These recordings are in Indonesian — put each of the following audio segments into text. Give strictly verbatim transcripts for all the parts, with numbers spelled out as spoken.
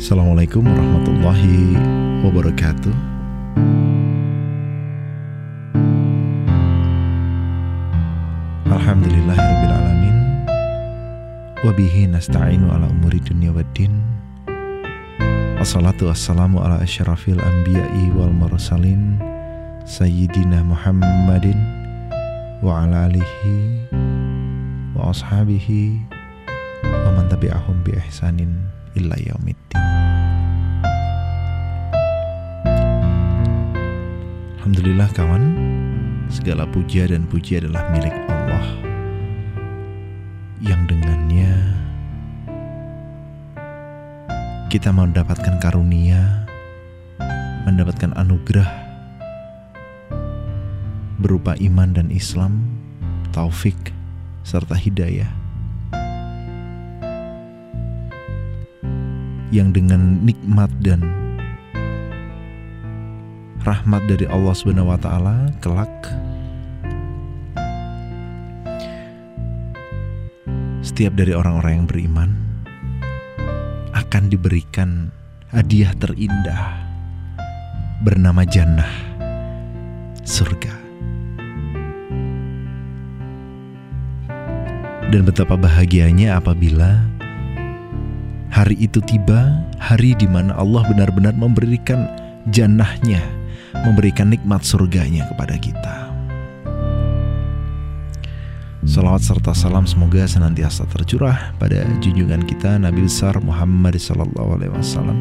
Assalamualaikum warahmatullahi wabarakatuh. Alhamdulillahirabbil alamin. Wabihi nasta'inu ala umuri dunya waddin. Wassalatu wassalamu ala asyrafil anbiya'i wal mursalin Sayyidina Muhammadin wa ala alihi wa ashabihi wa man tabi'ahum bi ihsanin illa yaumiddin. Alhamdulillah kawan, segala puja dan puji adalah milik Allah yang dengannya kita mendapatkan karunia, mendapatkan anugerah berupa iman dan Islam, taufik serta hidayah, yang dengan nikmat dan rahmat dari Allah Subhanahu wa taala kelak setiap dari orang-orang yang beriman akan diberikan hadiah terindah bernama jannah, surga. Dan betapa bahagianya apabila hari itu tiba, hari di mana Allah benar-benar memberikan jannahnya, memberikan nikmat surganya kepada kita. Salawat serta salam semoga senantiasa tercurah pada junjungan kita Nabi besar Muhammad sallallahu alaihi wasallam,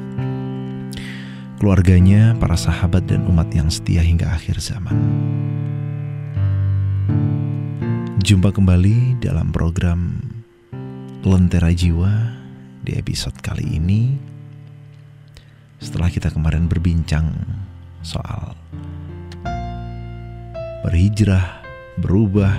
keluarganya, para sahabat dan umat yang setia hingga akhir zaman. Jumpa kembali dalam program Lentera Jiwa di episode kali ini. Setelah kita kemarin berbincang soal berhijrah, berubah,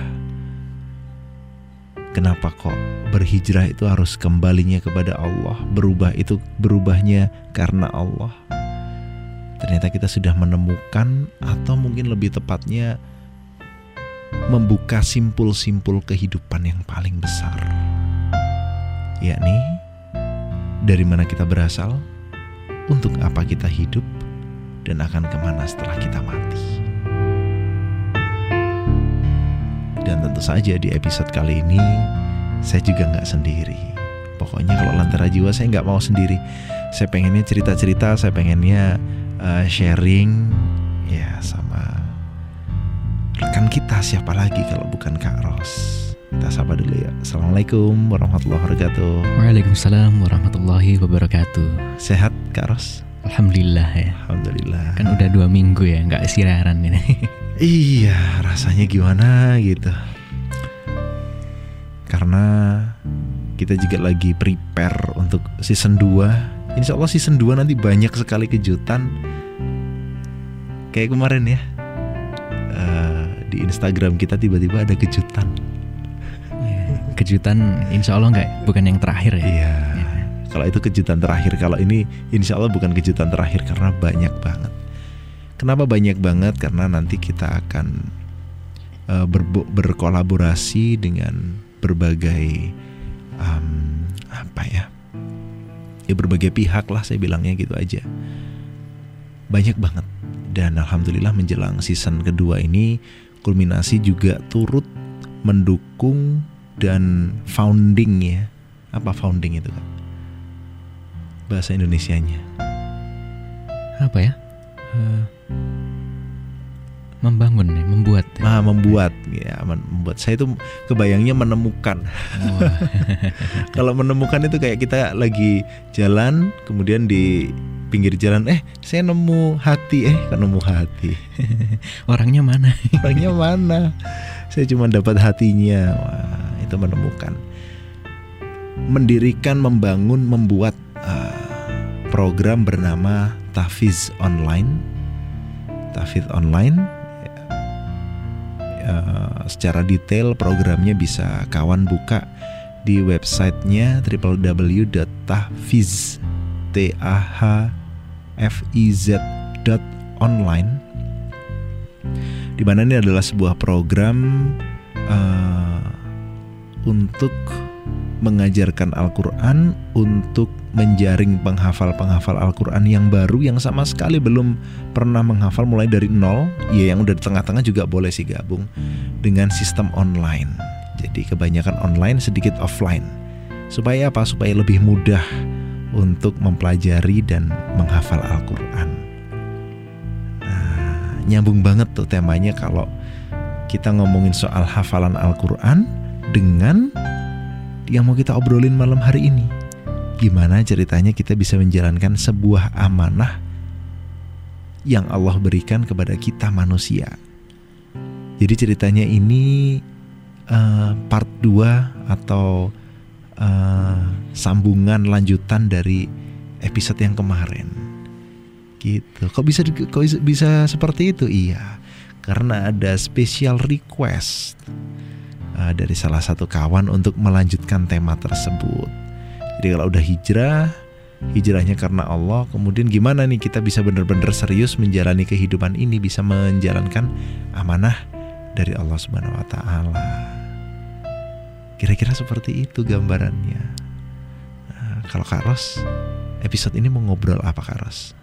kenapa kok berhijrah itu harus kembalinya kepada Allah, berubah itu berubahnya karena Allah. Ternyata kita sudah menemukan, atau mungkin lebih tepatnya membuka simpul-simpul kehidupan yang paling besar, yakni dari mana kita berasal, untuk apa kita hidup, dan akan kemana setelah kita mati. Dan tentu saja di episode kali ini saya juga gak sendiri. Pokoknya kalau Lentera Jiwa saya gak mau sendiri. Saya pengennya cerita-cerita, saya pengennya uh, sharing ya sama rekan kita. Siapa lagi kalau bukan Kak Ros. Kita sapa dulu ya. Assalamualaikum warahmatullahi wabarakatuh. Waalaikumsalam warahmatullahi wabarakatuh. Sehat Kak Ros? Alhamdulillah ya. Alhamdulillah. Kan udah dua minggu ya gak siaran ini. Iya, rasanya gimana gitu. Karena kita juga lagi prepare untuk season dua. Insya Allah season dua nanti banyak sekali kejutan. Kayak kemarin ya, uh, di Instagram kita tiba-tiba ada kejutan. Kejutan insya Allah enggak, bukan yang terakhir ya. Iya, ya. Kalau itu kejutan terakhir. Kalau ini insya Allah bukan kejutan terakhir, karena banyak banget. Kenapa banyak banget? Karena nanti kita akan uh, ber- berkolaborasi dengan berbagai um, apa ya, ya berbagai pihak lah, saya bilangnya gitu aja. Banyak banget. Dan alhamdulillah menjelang season kedua ini, kulminasi juga turut mendukung dan founding ya. Apa founding itu kan? Bahasa Indonesianya apa ya? Uh, membangun ya, membuat ya. Ah, membuat ya, membuat. Saya itu kebayangnya menemukan. Oh. Kalau menemukan itu kayak kita lagi jalan, kemudian di pinggir jalan, eh saya nemu hati, eh kan nemu hati. Orangnya mana? Orangnya mana? Saya cuma dapat hatinya. Wah, itu menemukan. Mendirikan, membangun, membuat uh, program bernama Tahfiz Online. Tahfiz Online. Uh, secara detail programnya bisa kawan buka di websitenya w w w dot tahfiz dot online, di mana ini adalah sebuah program uh, untuk mengajarkan Al-Quran untuk menjaring penghafal-penghafal Al-Quran yang baru, yang sama sekali belum pernah menghafal mulai dari nol. Ya, yang udah di tengah-tengah juga boleh sih gabung dengan sistem online. Jadi kebanyakan online, sedikit offline. Supaya apa? Supaya lebih mudah untuk mempelajari dan menghafal Al-Quran. Nah, nyambung banget tuh temanya kalau kita ngomongin soal hafalan Al-Quran dengan yang mau kita obrolin malam hari ini. Gimana ceritanya kita bisa menjalankan sebuah amanah yang Allah berikan kepada kita manusia. Jadi ceritanya ini uh, part dua atau uh, sambungan lanjutan dari episode yang kemarin. Gitu. Kok bisa kok bisa seperti itu? Iya, karena ada special request uh, dari salah satu kawan untuk melanjutkan tema tersebut. Jadi kalau udah hijrah, hijrahnya karena Allah, kemudian gimana nih kita bisa benar-benar serius menjalani kehidupan ini, bisa menjalankan amanah dari Allah Subhanahu wa taala. Kira-kira seperti itu gambarannya. Nah, kalau Kak Ros, episode ini mau ngobrol apa Kak Ros?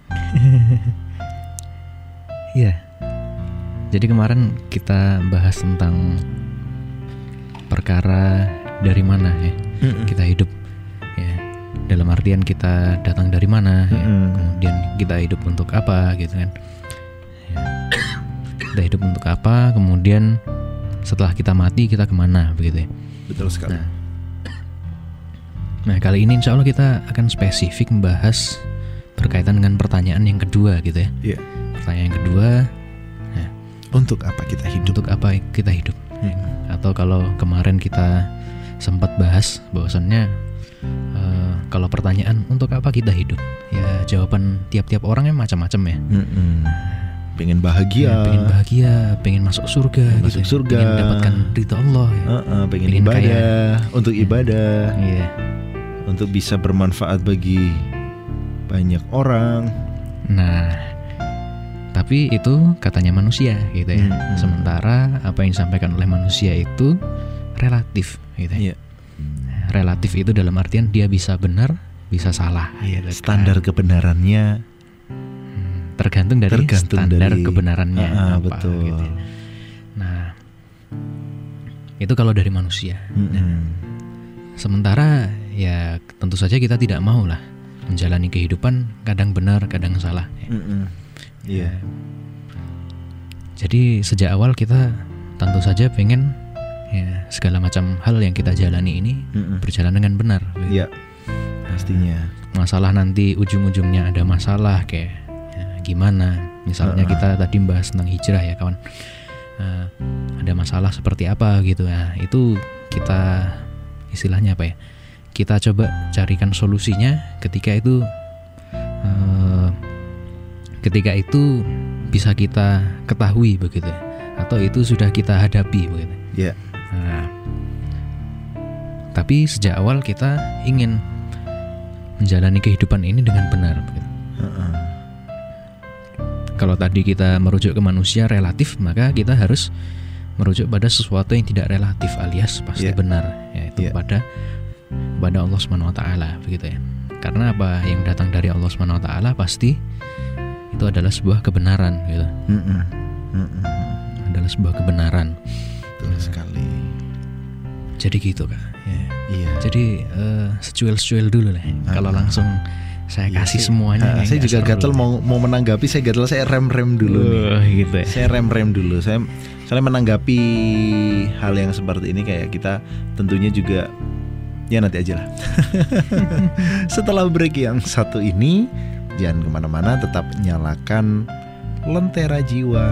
Iya. Jadi kemarin kita bahas tentang perkara dari mana ya Mm-mm. kita hidup. Ya, dalam artian kita datang dari mana, ya, kemudian kita hidup untuk apa, gitu kan? Ya, kita hidup untuk apa, kemudian setelah kita mati kita kemana, begitu ya? Betul sekali. Nah, nah kali ini insya Allah kita akan spesifik membahas berkaitan dengan pertanyaan yang kedua, gitu ya? Iya. Pertanyaan yang kedua, ya, untuk apa kita hidup? Untuk apa kita hidup? Hmm. Atau kalau kemarin kita sempat bahas bahwasannya Uh, kalau pertanyaan untuk apa kita hidup, ya jawaban tiap-tiap orangnya macam-macam ya. Mm-mm. Pengen bahagia, ya, pengen bahagia, pengen masuk surga, pengen gitu, masuk surga, pengen dapatkan ridha Allah, ya. uh-uh, pengen, pengen ibadah, kaya. Untuk ibadah, yeah. untuk bisa bermanfaat bagi banyak orang. Nah, tapi itu katanya manusia, gitu ya. Mm-hmm. Sementara apa yang disampaikan oleh manusia itu relatif, gitu ya. Yeah. Relatif itu dalam artian dia bisa benar, bisa salah. Iya, standar kebenarannya hmm, tergantung dari tergantung standar dari, kebenarannya uh, apa. Betul. Gitu. Nah, itu kalau dari manusia. Mm-hmm. Nah, sementara ya tentu saja kita tidak mau lah menjalani kehidupan kadang benar, kadang salah. Mm-hmm. Yeah. Ya. Jadi sejak awal kita tentu saja pengen ya segala macam hal yang kita jalani ini Mm-mm. berjalan dengan benar. Iya, pastinya. Masalah nanti ujung-ujungnya ada masalah kayak ya, gimana? Misalnya uh-huh. kita tadi bahas tentang hijrah ya kawan. Uh, ada masalah seperti apa gitu. Nah, itu kita istilahnya apa ya? Kita coba carikan solusinya ketika itu uh, ketika itu bisa kita ketahui begitu ya. Atau itu sudah kita hadapi begitu. Iya. Yeah. Nah, tapi sejak awal kita ingin menjalani kehidupan ini dengan benar. Uh-uh. Kalau tadi kita merujuk ke manusia relatif, maka kita harus merujuk pada sesuatu yang tidak relatif alias pasti yeah. benar, yaitu yeah. pada pada Allah Subhanahu Wa Taala, begitu ya. Karena apa yang datang dari Allah Subhanahu Wa Taala pasti itu adalah sebuah kebenaran, gitu. Uh-uh. Uh-uh. Adalah sebuah kebenaran. Betul sekali. Jadi gitu Kak ya. Iya. Jadi uh, secuil-secuil dulu lah uh, Kalau langsung saya iya, kasih saya, semuanya uh, Saya juga gatel mau, mau menanggapi. Saya gatel, saya rem-rem dulu uh, nih gitu ya. Saya rem-rem dulu. Saya soalnya menanggapi hal yang seperti ini kayak kita tentunya juga ya nanti aja lah. Setelah break yang satu ini, jangan kemana-mana, tetap nyalakan Lentera Jiwa.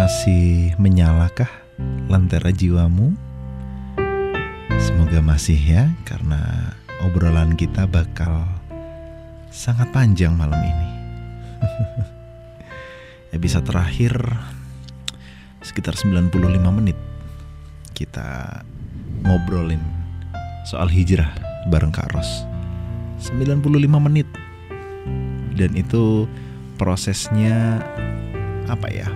masih menyalakah lentera jiwamu? Semoga masih ya, karena obrolan kita bakal sangat panjang malam ini. Episode terakhir sekitar sembilan puluh lima menit kita ngobrolin soal hijrah bareng Kak Ros. sembilan puluh lima menit. Dan itu prosesnya apa ya?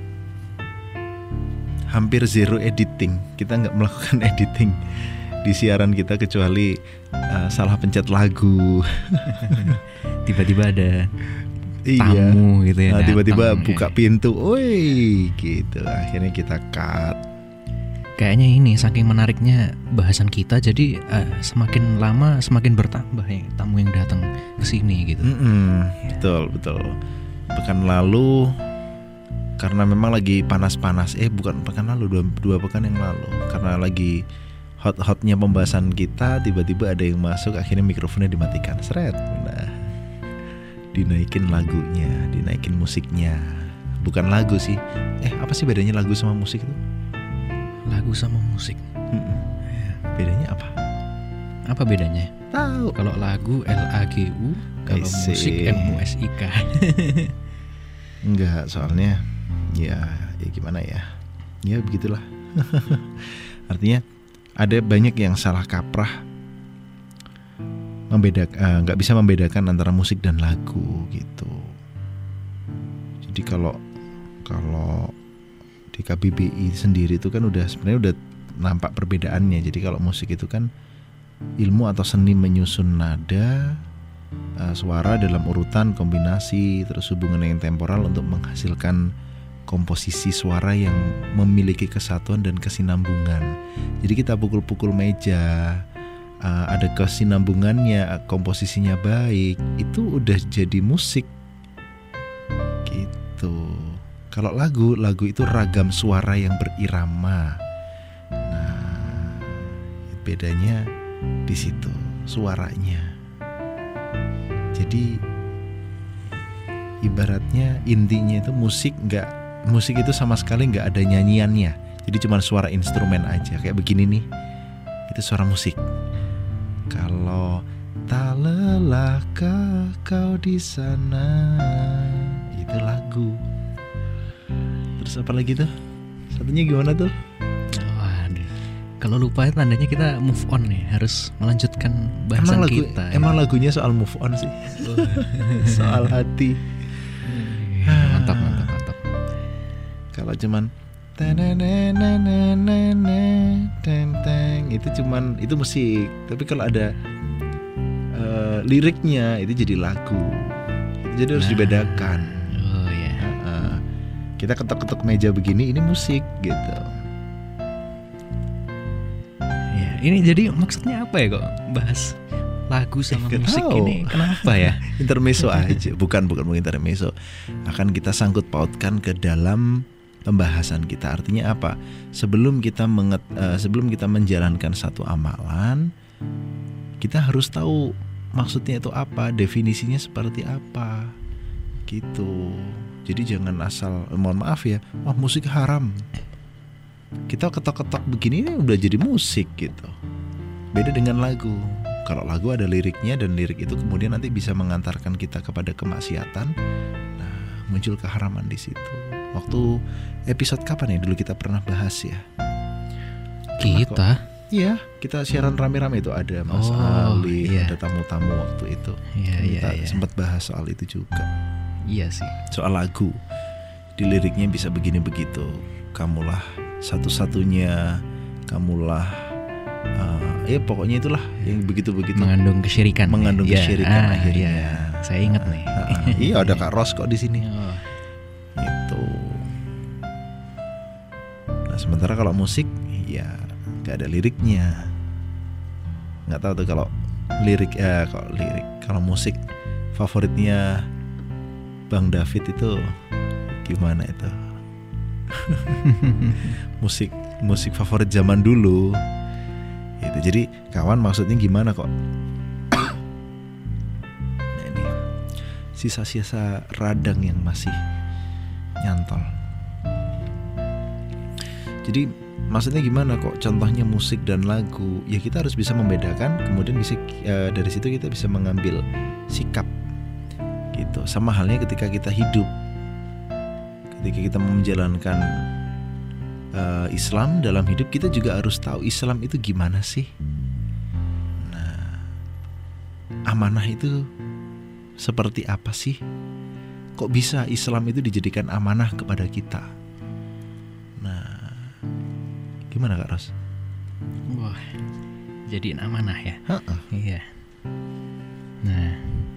Hampir zero editing. Kita nggak melakukan editing di siaran kita kecuali uh, salah pencet lagu. Tiba-tiba ada iya. tamu gitu ya. Nah, tiba-tiba datang, buka ya. pintu, woi, gitu. Akhirnya kita cut. Kayaknya ini saking menariknya bahasan kita, jadi uh, semakin lama semakin bertambah ya tamu yang datang ke sini gitu. Mm-mm, betul betul. Pekan lalu karena memang lagi panas-panas, eh bukan pekan lalu dua, dua pekan yang lalu, karena lagi hot-hotnya pembahasan kita, tiba-tiba ada yang masuk, akhirnya mikrofonnya dimatikan, seret. Nah, dinaikin lagunya, dinaikin musiknya. Bukan lagu sih. Eh apa sih bedanya lagu sama musik itu? Lagu sama musik. Mm-mm. Bedanya apa? Apa bedanya? Tahu. Kalau lagu L A G U, kalau I musik see. M U S I K. Enggak, soalnya ya, ya gimana ya? Ya begitulah. Artinya ada banyak yang salah kaprah membedakan, nggak bisa membedakan antara musik dan lagu gitu. Jadi kalau kalau di K B B I sendiri itu kan udah sebenarnya udah nampak perbedaannya. Jadi kalau musik itu kan ilmu atau seni menyusun nada, uh, suara dalam urutan kombinasi, terus hubungan yang temporal untuk menghasilkan komposisi suara yang memiliki kesatuan dan kesinambungan. Jadi kita pukul-pukul meja, uh, ada kesinambungannya, komposisinya baik, itu udah jadi musik gitu. Kalau lagu, lagu itu ragam suara yang berirama. Nah, bedanya di situ, suaranya. Jadi ibaratnya intinya itu musik nggak, musik itu sama sekali nggak ada nyanyiannya. Jadi cuma suara instrumen aja. Kayak begini nih, itu suara musik. Kalau tak lelahkah kau di sana, itu lagu. Terus apa lagi tuh? Satunya gimana tuh? Waduh. Kalau lupa tandanya kita move on nih, harus melanjutkan bahasan Emang lagu, kita. emang lagunya soal move on sih. Soal hati. Mantap, mantap, mantap. Kalau cuman teng itu cuman itu musik. Tapi kalau ada uh, liriknya itu jadi lagu. Jadi harus Nah. dibedakan. Oh ya. Uh, kita ketok-ketok meja begini, ini musik gitu. Ya, ini jadi maksudnya apa ya kok bahas lagu sama Nggak musik tahu. ini? Kenapa ya? Intermezzo aja, bukan bukan bukan intermezzo. Akan kita sangkut pautkan ke dalam pembahasan kita. Artinya apa? Sebelum kita menget, uh, sebelum kita menjalankan satu amalan, kita harus tahu maksudnya itu apa, definisinya seperti apa, gitu. Jadi jangan asal, eh, mohon maaf ya, wah musik haram. Kita ketok-ketok begini ini udah jadi musik gitu. Beda dengan lagu. Kalau lagu ada liriknya dan lirik itu kemudian nanti bisa mengantarkan kita kepada kemaksiatan. Nah, muncul keharaman di situ. Waktu episode kapan ya dulu kita pernah bahas ya? Kita? Iya, kita siaran rame-rame itu ada Mas Oh, Ali, iya. ada tamu-tamu waktu itu. Iya, iya, Kita iya. sempat bahas soal itu juga. Iya sih. Soal lagu. Di liriknya bisa begini begitu. Kamulah satu-satunya, kamulah uh, ya pokoknya itulah yang begitu-begitu. Mengandung kesyirikan. Mengandung ya? kesyirikan Ah, akhirnya. iya. Saya ingat nih. Ah, ah. Iya, ada Kak Ros kok di sini. Oh. Itu. Nah, sementara kalau musik ya nggak ada liriknya. Nggak tahu tuh kalau lirik ya, kalau lirik, kalau musik favoritnya Bang David itu gimana itu? musik musik favorit zaman dulu. Itu. Jadi kawan maksudnya gimana kok? Nah, ini sisa-sisa radang yang masih nyantol. Jadi maksudnya gimana kok? Contohnya musik dan lagu, ya kita harus bisa membedakan. Kemudian bisa uh, dari situ kita bisa mengambil sikap, gitu. Sama halnya ketika kita hidup, ketika kita menjalankan uh, Islam dalam hidup, kita juga harus tahu Islam itu gimana sih. Nah, amanah itu seperti apa sih? Kok bisa Islam itu dijadikan amanah kepada kita? Nah, gimana Kak Ros? Wah, jadiin amanah ya? Ha-ha. Iya. Nah,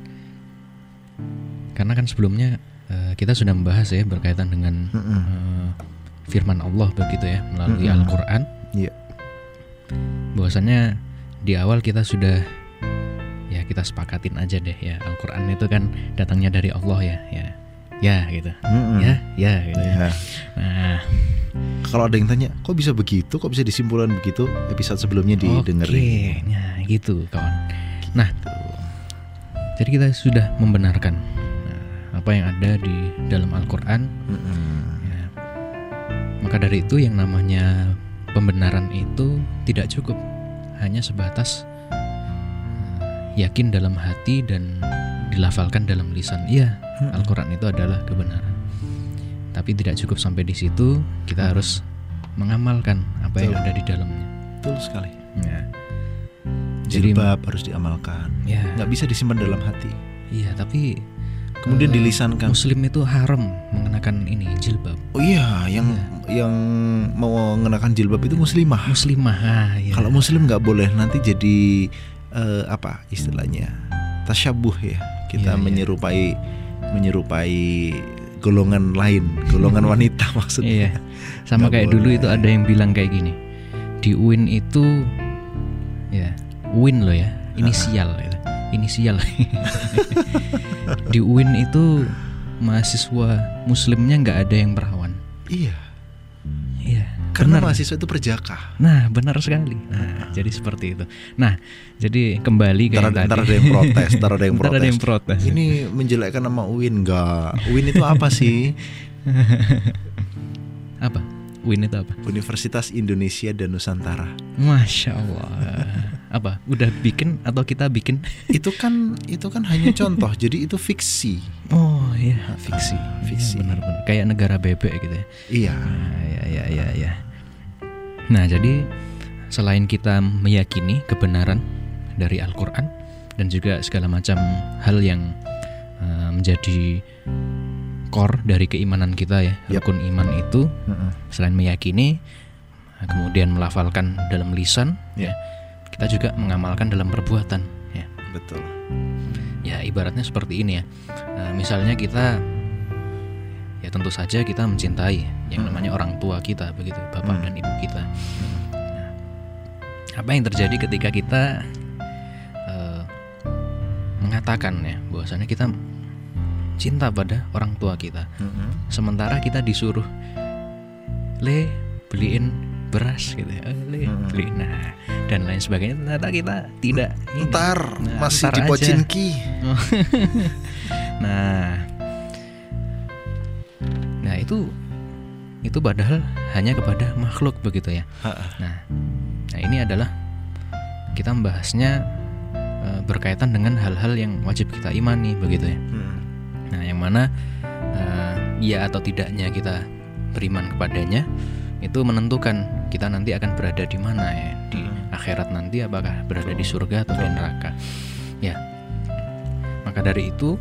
karena kan sebelumnya uh, kita sudah membahas ya berkaitan dengan uh, firman Allah begitu ya melalui Mm-mm. Al-Quran. Iya. Bahwasannya di awal kita sudah ya kita sepakatin aja deh ya, Al-Quran itu kan datangnya dari Allah ya, ya, ya gitu, Mm-mm. ya, ya gitu. Ya. Nah, kalau ada yang tanya, kok bisa begitu, kok bisa disimpulkan begitu, episode sebelumnya didengerin. Oke, nah gitu kawan. Nah, jadi kita sudah membenarkan nah, apa yang ada di dalam Al-Quran. Ya. Maka dari itu yang namanya pembenaran itu tidak cukup hanya sebatas yakin dalam hati dan dilafalkan dalam lisan. Iya, hmm. Al-Quran itu adalah kebenaran. Tapi tidak cukup sampai di situ, kita hmm. harus mengamalkan apa Betul. Yang ada di dalamnya. Betul sekali. Ya. Jilbab Jadi, harus diamalkan. Ya. Nggak bisa disimpan dalam hati. Iya, tapi kemudian uh, dilisankan. Muslim itu haram mengenakan ini jilbab. Oh iya, yang ya. yang mau mengenakan jilbab itu muslimah. Muslimah. Ah, ya. Kalau muslim nggak boleh, nanti jadi Uh, apa istilahnya tasyabuh ya, kita yeah, menyerupai yeah. menyerupai golongan lain, golongan wanita maksudnya. Iya. Sama Gak kayak boleh. Dulu itu ada yang bilang kayak gini, di U I N itu ya U I N loh ya, inisial gitu. Inisial di U I N itu mahasiswa muslimnya nggak ada yang perawan. Iya. Iya. Karena benar. mahasiswa itu perjaka. Nah, benar sekali. Nah, jadi seperti itu. Nah, jadi kembali ke yang tadi. Ntar ada yang protes, ntar ada yang protes. ada yang protes. Ini menjelekkan nama U I N enggak? U I N itu apa sih? Apa? U I N itu apa? Universitas Indonesia dan Nusantara. Masya Allah. Apa? Udah bikin atau kita bikin? Itu kan itu kan hanya contoh. Jadi itu fiksi. Oh iya, fiksi. Fiksi. Ya, benar-benar kayak negara bebek gitu ya. Iya. Nah, ya, ya, ya, ya. Nah, jadi selain kita meyakini kebenaran dari Al-Quran dan juga segala macam hal yang uh, menjadi core dari keimanan kita ya, yep. Rukun iman itu, uh-uh. selain meyakini, kemudian melafalkan dalam lisan, yep. ya, kita juga mengamalkan dalam perbuatan, ya. Betul. Ya, ibaratnya seperti ini ya. Uh, misalnya kita, ya tentu saja kita mencintai yang hmm. namanya orang tua kita, begitu, bapak hmm. dan ibu kita. Nah, apa yang terjadi ketika kita uh, mengatakan ya, bahwasanya kita cinta pada orang tua kita, mm-hmm. sementara kita disuruh le beliin beras gitu ya, le mm-hmm. beli, nah dan lain sebagainya, ternyata kita tidak. Ntar nah, masih di Pocinki. nah, nah itu itu padahal hanya kepada makhluk begitu ya. Nah, nah ini adalah kita membahasnya e, berkaitan dengan hal-hal yang wajib kita imani begitu ya. Mm. Nah, yang mana uh, ya atau tidaknya kita beriman kepadanya itu menentukan kita nanti akan berada di mana ya, di hmm. akhirat nanti, apakah berada di surga atau di neraka. Ya. Maka dari itu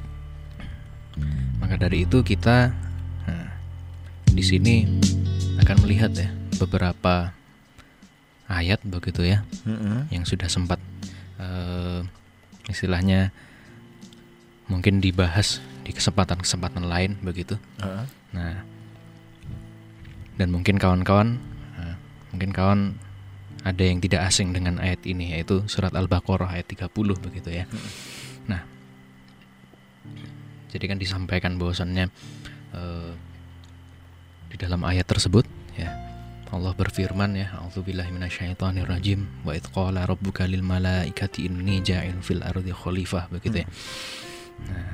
maka dari itu kita nah, di sini akan melihat ya beberapa ayat begitu ya, hmm. yang sudah sempat uh, istilahnya mungkin dibahas di kesempatan-kesempatan lain begitu. Uh. Nah, dan mungkin kawan-kawan, uh, mungkin kawan ada yang tidak asing dengan ayat ini, yaitu surat Al-Baqarah ayat tiga puluh begitu ya. Uh. Nah, jadi kan disampaikan bahwasannya uh, di dalam ayat tersebut ya, Allah berfirman ya, a'udzubillahi minasyaitonirrajim, wa idz qala rabbuka lil malaikati inni ja'ilun fil ardi khalifah begitu ya. Uh. Nah,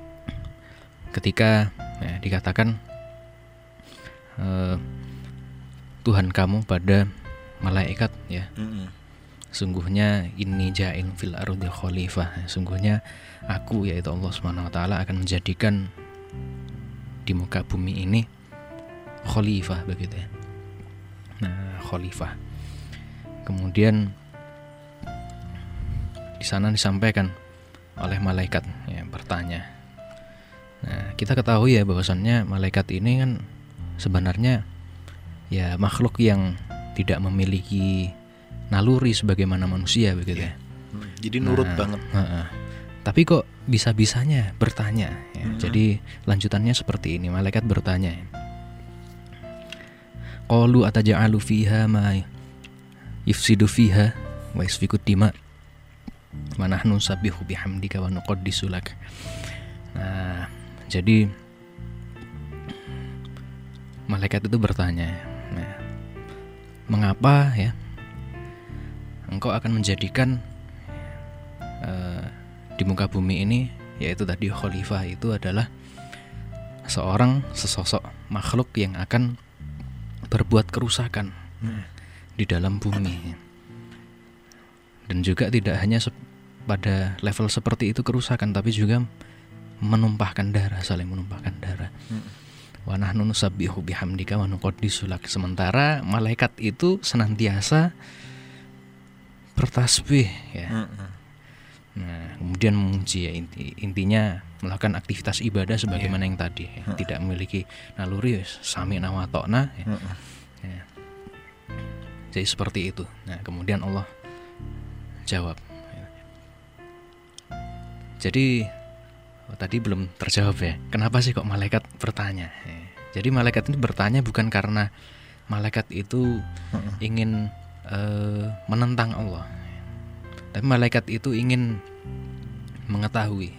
ketika ya, dikatakan uh, Tuhan kamu pada malaikat ya. Mm-mm. Sungguhnya inni ja'il fil ardi khalifah. Sungguhnya aku yaitu Allah Subhanahu wa taala akan menjadikan di muka bumi ini khalifah begitu ya. Nah, khalifah. Kemudian di sana disampaikan oleh malaikat ya, bertanya. Nah, kita ketahui ya bahwasannya malaikat ini kan sebenarnya ya makhluk yang tidak memiliki naluri sebagaimana manusia begitu ya. Jadi nurut Nah, banget. uh-uh. Tapi kok bisa-bisanya bertanya ya. Hmm. Jadi lanjutannya seperti ini, malaikat bertanya. Qalu ataj'alu fiha ma yufsidu fiha wa yasfiku dima wa nahnu nusabbihu bihamdika wa nuqaddisu lak. Nah, jadi malaikat itu bertanya, nah, mengapa ya engkau akan menjadikan uh, di muka bumi ini, yaitu tadi khalifah itu adalah seorang sesosok makhluk yang akan berbuat kerusakan Hmm. di dalam bumi. Dan juga tidak hanya se- pada level seperti itu kerusakan, tapi juga menumpahkan darah, saling menumpahkan darah. Hmm. Wa nahnu nusabbihu bihamdika wa nuqaddisu lak. Sementara malaikat itu senantiasa bertasbih ya. Mm-mm. Nah, kemudian memuji ya, inti, intinya melakukan aktivitas ibadah sebagaimana yang tadi ya. Tidak memiliki naluri sami'na wa ta'na ya. Mm-mm. Ya. Jadi seperti itu. Nah, kemudian Allah jawab. Jadi oh, tadi belum terjawab ya. Kenapa sih kok malaikat bertanya? Ya. Jadi malaikat ini bertanya bukan karena malaikat itu Mm-mm. ingin eh, menentang Allah, tapi malaikat itu ingin mengetahui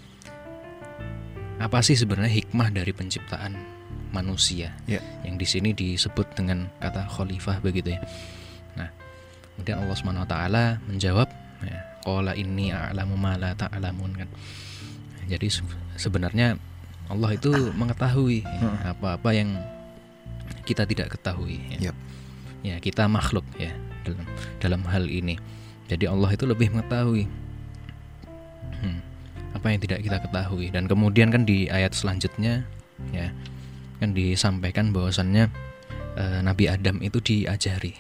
apa sih sebenarnya hikmah dari penciptaan manusia, Ya. yang di sini disebut dengan kata khalifah begitu ya. Nah, kemudian Allah Subhanahu wa taala menjawab, ya, qala inni a'lamu ma la ta'lamun kan. Jadi se- sebenarnya Allah itu mengetahui ya, apa-apa yang kita tidak ketahui ya. Yap. Ya, kita makhluk ya dalam dalam hal ini. Jadi Allah itu lebih mengetahui hmm, apa yang tidak kita ketahui. Dan kemudian kan di ayat selanjutnya ya kan disampaikan bahwasannya eh, Nabi Adam itu diajari.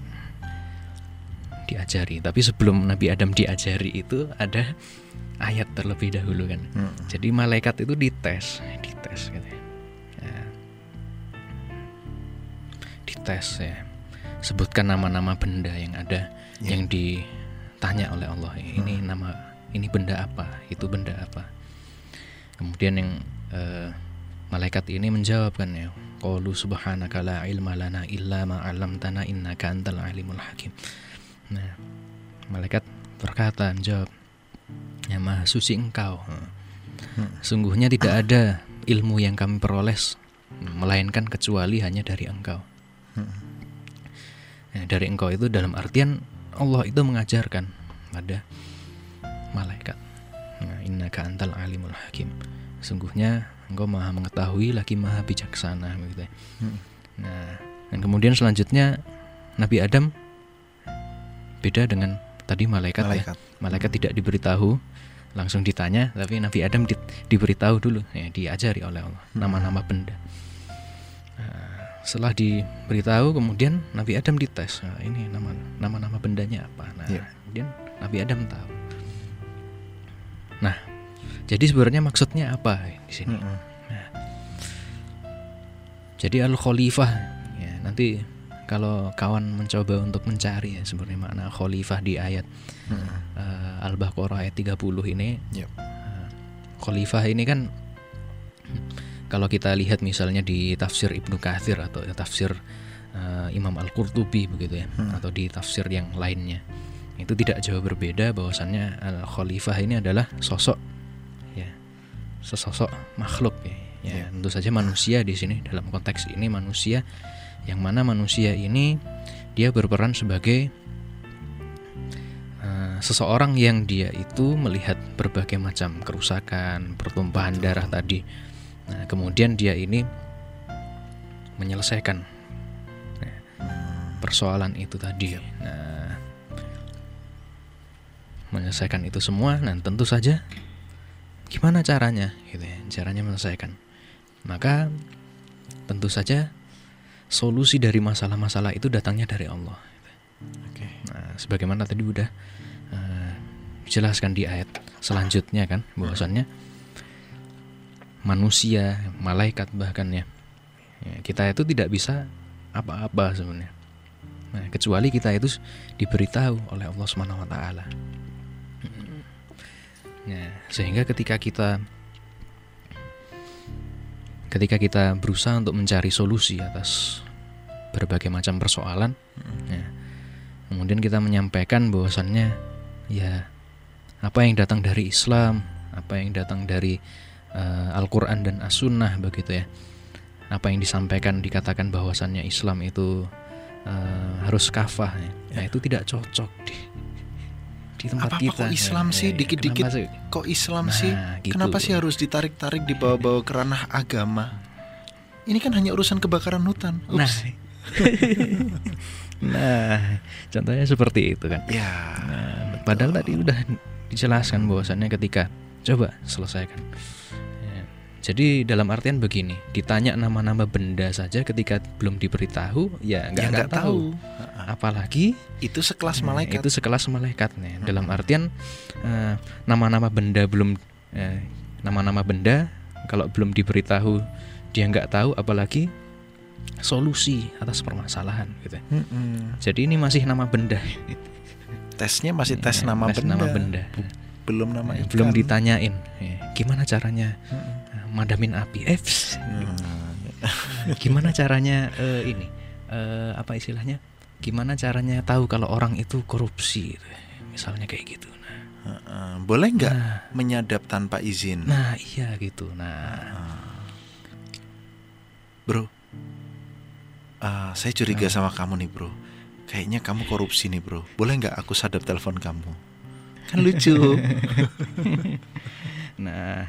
Diajari. Tapi sebelum Nabi Adam diajari itu ada ayat terlebih dahulu kan. Mm. Jadi malaikat itu dites, dites gitu ya. Ya. Dites ya. Sebutkan nama-nama benda yang ada, Ya. yang ditanya oleh Allah. Ini Hmm. nama, ini benda apa? Itu benda apa? Kemudian yang eh, malaikat ini menjawab kan ya, qalu subhanaka la ilma lana illa ma 'allamtana innaka antal alimul hakim. Nah, malaikat berkata, menjawab, ya maha suci engkau. Sungguhnya tidak ada ilmu yang kami peroleh melainkan kecuali hanya dari engkau. Nah, dari engkau itu dalam artian Allah itu mengajarkan pada malaikat. Nah, innaka antal alimul hakim. Sungguhnya engkau maha mengetahui lagi maha bijaksana begitu ya. Nah, dan kemudian selanjutnya Nabi Adam beda dengan tadi malaikat, Malaikat. ya. Malaikat tidak diberitahu, langsung ditanya, tapi Nabi Adam di, diberitahu dulu ya, diajari oleh Allah nama-nama benda. Nah, setelah diberitahu kemudian Nabi Adam dites. Nah, ini nama nama-nama bendanya apa? Nah, Ya. kemudian Nabi Adam tahu. Nah, jadi sebenarnya maksudnya apa di sini? Mm-mm. Jadi al-khalifah ya, nanti kalau kawan mencoba untuk mencari ya sebenarnya makna khalifah di ayat Mm-mm. uh, Al-Baqarah ayat tiga puluh ini. Yep. uh, Khalifah ini kan kalau kita lihat misalnya di tafsir Ibnu Katsir atau tafsir uh, Imam Al-Qurtubi begitu ya, Hmm. atau di tafsir yang lainnya, itu tidak jauh berbeda bahwasannya al-khalifah ini adalah sosok ya, sesosok makhluk ya. Ya, tentu saja manusia di sini, dalam konteks ini manusia, yang mana manusia ini dia berperan sebagai uh, seseorang yang dia itu melihat berbagai macam kerusakan, pertumpahan Betul. darah tadi. Nah, kemudian dia ini menyelesaikan. Nah, persoalan itu tadi. Nah, menyelesaikan itu semua, dan tentu saja gimana caranya, gitu ya, caranya menyelesaikan. Maka tentu saja solusi dari masalah-masalah itu datangnya dari Allah. Oke. Nah, sebagaimana tadi udah uh, dijelaskan di ayat selanjutnya kan, bahwasannya manusia, malaikat bahkan ya, ya kita itu tidak bisa apa-apa sebenarnya. Nah, kecuali kita itu diberitahu oleh Allah Subhanahu wa taala. Nah, sehingga ketika kita ketika kita berusaha untuk mencari solusi atas berbagai macam persoalan, ya, kemudian kita menyampaikan bahwasannya ya apa yang datang dari Islam, apa yang datang dari uh, Al-Quran dan As-Sunnah begitu ya, apa yang disampaikan dikatakan bahwasannya Islam itu uh, harus kafah ya. Nah, itu tidak cocok di di tempat Apa-apa kita. kok Islam ya, sih ya, dikit-dikit sih? kok Islam Nah, sih gitu. Kenapa sih harus ditarik-tarik dibawa-bawa ke ranah agama? Ini kan hanya urusan kebakaran hutan. Ups. Nah, nah, contohnya seperti itu kan. Ya, Nah, padahal tadi udah dijelaskan bahwasannya ketika coba selesaikan. Ya, jadi dalam artian begini, ditanya nama-nama benda saja ketika belum diberitahu, ya nggak ya nggak nggak tahu. tahu. Apalagi Itu sekelas Nah, malaikat. itu sekelas malaikat nih. Dalam artian uh, nama-nama benda belum uh, nama-nama benda kalau belum diberitahu dia nggak tahu, apalagi solusi atas permasalahan gitu. Mm-mm. Jadi ini masih nama benda. Tesnya masih tes Ya, nama tes benda. nama benda. Belum nama Ya, ikan. belum ditanyain ya, gimana caranya Mm-mm. uh, madamin api. Eh, pss. Hmm. Gimana caranya uh, ini uh, apa istilahnya? Gimana caranya tahu kalau orang itu korupsi gitu. Misalnya kayak gitu. Nah, Uh-uh. Boleh nggak Nah. menyadap tanpa izin? nah iya gitu. Nah, Bro, uh, saya curiga sama kamu nih bro. Kayaknya kamu korupsi nih bro. Boleh nggak aku sadap telepon kamu? Kan lucu. nah,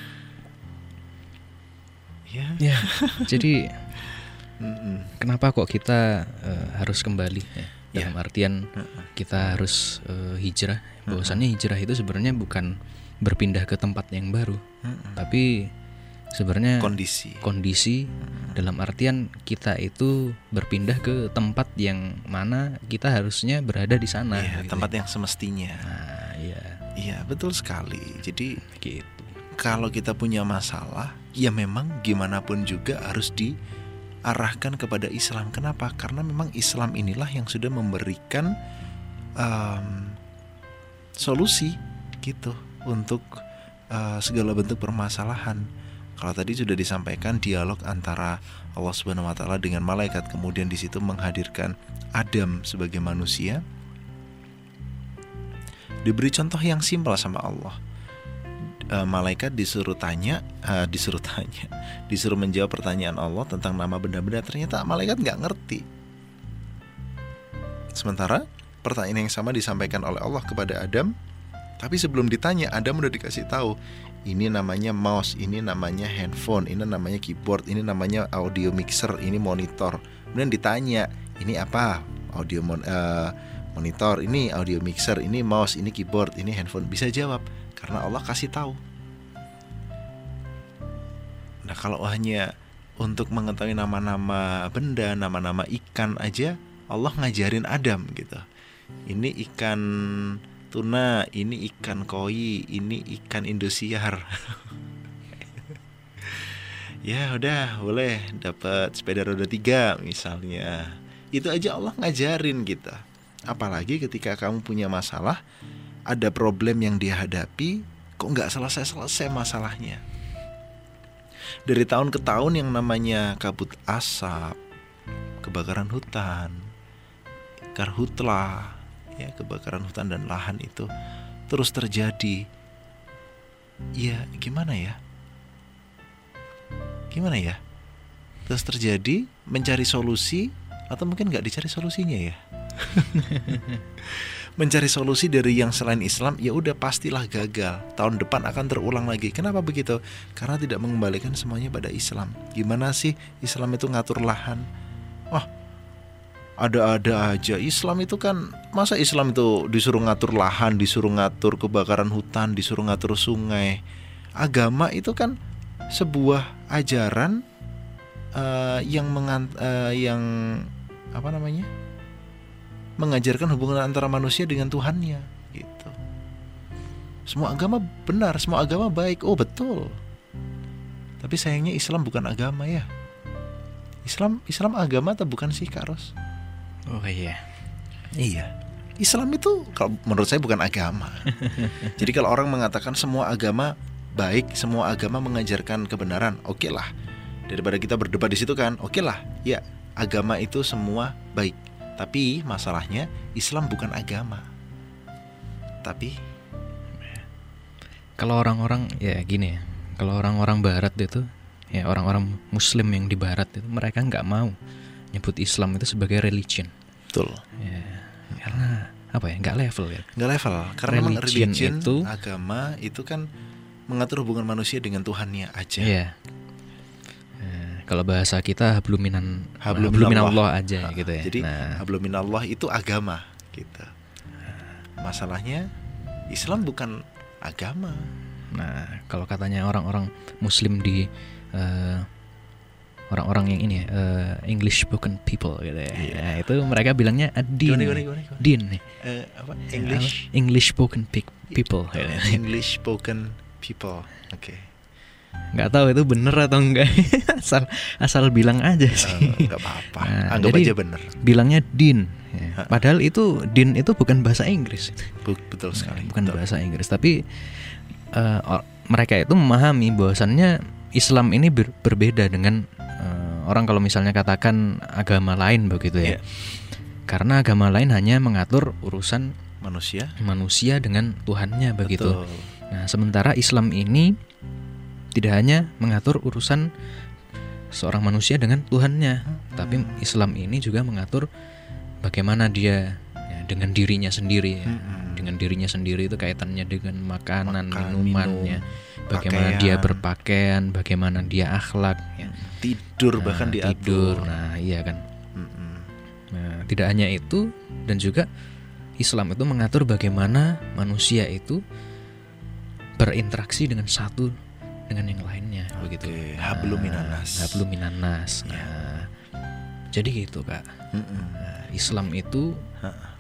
Ya. ya. Jadi Mm-mm. kenapa kok kita uh, harus kembali ya? Dalam Ya. artian kita harus uh, hijrah. Bahwasannya hijrah itu sebenarnya bukan berpindah ke tempat yang baru, Mm-mm. tapi sebenarnya Kondisi. kondisi dalam artian kita itu berpindah ke tempat yang mana kita harusnya berada di sana. Iya, gitu tempat ya. yang semestinya. Nah, iya Iya, betul sekali. Jadi gitu. kalau kita punya masalah, ya memang gimana pun juga harus diarahkan kepada Islam. Kenapa? Karena memang Islam inilah yang sudah memberikan um, solusi gitu untuk uh, segala bentuk permasalahan. Kalau tadi sudah disampaikan dialog antara Allah Subhanahu wa taala dengan malaikat, kemudian di situ menghadirkan Adam sebagai manusia. Diberi contoh yang simpel sama Allah. Uh, malaikat disuruh tanya, uh, disuruh tanya, disuruh menjawab pertanyaan Allah tentang nama benda-benda. Ternyata malaikat nggak ngerti. Sementara pertanyaan yang sama disampaikan oleh Allah kepada Adam, tapi sebelum ditanya Adam udah dikasih tahu. Ini namanya mouse, ini namanya handphone, ini namanya keyboard, ini namanya audio mixer, ini monitor. Kemudian ditanya, ini apa? Audio mon- uh, monitor, ini audio mixer, ini mouse, ini keyboard, ini handphone. Bisa jawab karena Allah kasih tahu. Nah, kalau hanya untuk mengetahui nama-nama benda, nama-nama ikan aja Allah ngajarin Adam gitu. Ini ikan tuna, ini ikan koi, ini ikan Indosiar. Ya udah, boleh dapat sepeda roda tiga misalnya. Itu aja Allah ngajarin kita. Apalagi ketika kamu punya masalah, ada problem yang dihadapi, kok nggak selesai-selesai masalahnya. Dari tahun ke tahun yang namanya kabut asap, kebakaran hutan, karhutlah, ya, kebakaran hutan dan lahan itu terus terjadi. Ya gimana ya Gimana ya Terus terjadi, mencari solusi, atau mungkin gak dicari solusinya ya. Mencari solusi dari yang selain Islam, ya udah pastilah gagal. Tahun depan akan terulang lagi. Kenapa begitu? Karena tidak mengembalikan semuanya pada Islam. Gimana sih Islam itu ngatur lahan? Wah, ada-ada aja. Islam itu kan, masa Islam itu disuruh ngatur lahan, disuruh ngatur kebakaran hutan, disuruh ngatur sungai. Agama itu kan sebuah ajaran uh, yang mengant- uh, yang apa namanya? mengajarkan hubungan antara manusia dengan Tuhannya gitu. Semua agama benar, semua agama baik. Oh, betul. Tapi sayangnya Islam bukan agama ya. Islam Islam agama atau bukan sih, Kak Ros? Oh iya. Iya. Islam itu kalau menurut saya bukan agama. Jadi kalau orang mengatakan semua agama baik, semua agama mengajarkan kebenaran, oke lah. Daripada kita berdebat di situ kan, oke lah. Ya, agama itu semua baik. Tapi masalahnya Islam bukan agama. Tapi kalau orang-orang ya gini ya, kalau orang-orang Barat itu, ya orang-orang Muslim yang di Barat itu, mereka nggak mau nyebut Islam itu sebagai religion. betul. Ya, karena apa ya, nggak level ya. Nggak level. Karena memang Religion religion itu, agama itu kan mengatur hubungan manusia dengan Tuhannya aja. Iya. Nah, kalau bahasa kita habluminan Hablum habluminallah aja Nah, gitu ya. Jadi Nah, habluminallah itu agama gitu. Masalahnya Islam bukan agama. nah kalau katanya orang-orang Muslim di eh, orang-orang yang ini ya, eh, English spoken people gitu ya. Iya. Nah, itu mereka bilangnya din. Gimana, gimana, gimana, gimana? Din nih. Eh, apa? English Apa? English spoken pe- people. gitu. English spoken people. Oke. Nggak tahu itu bener atau enggak. asal asal bilang aja sih. Eh, nggak apa-apa. Nah, Anggap jadi aja bener. Bilangnya din. Ya. Padahal itu din itu bukan bahasa Inggris. Bu- Betul sekali. Bukan betul. bahasa Inggris, tapi eh, or- mereka itu memahami bahwasannya Islam ini ber- berbeda dengan eh, orang kalau misalnya katakan agama lain begitu ya. Iya. Karena agama lain hanya mengatur urusan Manusia. manusia dengan Tuhannya begitu. Betul. Nah, sementara Islam ini tidak hanya mengatur urusan seorang manusia dengan Tuhannya, tapi Islam ini juga mengatur bagaimana dia ya, dengan dirinya sendiri ya. Mm-mm. Dengan dirinya sendiri itu kaitannya dengan makanan, Makan, minumannya, minum, bagaimana pakaian. dia berpakaian, bagaimana dia akhlak ya. Tidur Nah, bahkan diatur. tidur. Nah, iya kan. Mm-mm. Nah, tidak hanya itu, dan juga Islam itu mengatur bagaimana manusia itu berinteraksi dengan satu dengan yang lainnya begitu. Oke, hablum minannas. Hablum minannas. Ya. Nah, jadi gitu, Kak. Mm-mm. Nah, Islam itu Ha-ha.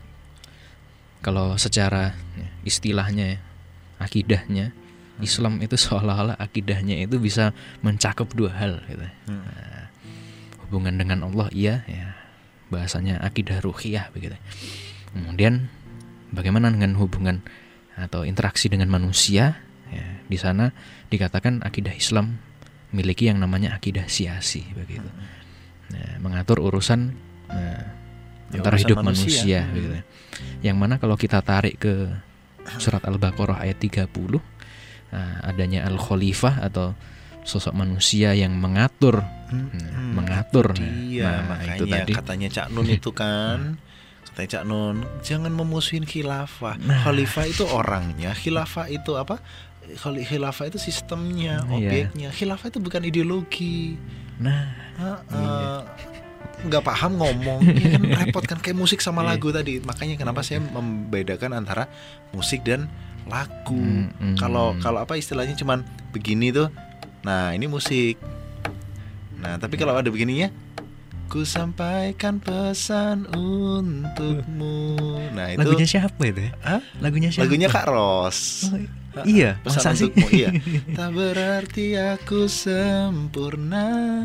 kalau secara ya, istilahnya ya, akidahnya, Islam itu seolah-olah akidahnya itu bisa mencakup dua hal gitu. Mm. Nah, hubungan dengan Allah iya ya, bahasanya akidah ruhiyah begitu. Kemudian bagaimana dengan hubungan atau interaksi dengan manusia? Ya, di sana dikatakan akidah Islam memiliki yang namanya akidah siasi begitu. Nah, mengatur urusan nah, Ya, antara urusan hidup manusia. manusia, Hmm. begitu. Yang mana kalau kita tarik ke surat Al-Baqarah ayat tiga puluh, nah, adanya al-khalifah atau sosok manusia yang mengatur Hmm, nah, hmm, mengatur. itu Nah, dia. nah, Makanya itu tadi. katanya Cak Nun itu kan, katanya Cak Nun jangan memusuhin khilafah. Nah. Khalifah itu orangnya, khilafah itu apa? Khali- Khilafah itu sistemnya, Iya. objeknya. Khilafah itu bukan ideologi. Nah, Heeh. Nggak paham ngomong, ya kan repot kan, kayak musik sama lagu tadi. Makanya kenapa saya membedakan antara musik dan lagu. Mm, mm. Kalau kalau apa istilahnya cuman begini tuh. Nah, ini musik. Nah, tapi kalau ada begininya, ku sampaikan pesan untukmu. Nah, itu lagunya siapa itu ya? Hah? Lagunya siapa? lagunya Kak Ros. Oh, iya, Pesan masa sih? untukmu, iya. Tak berarti aku sempurna,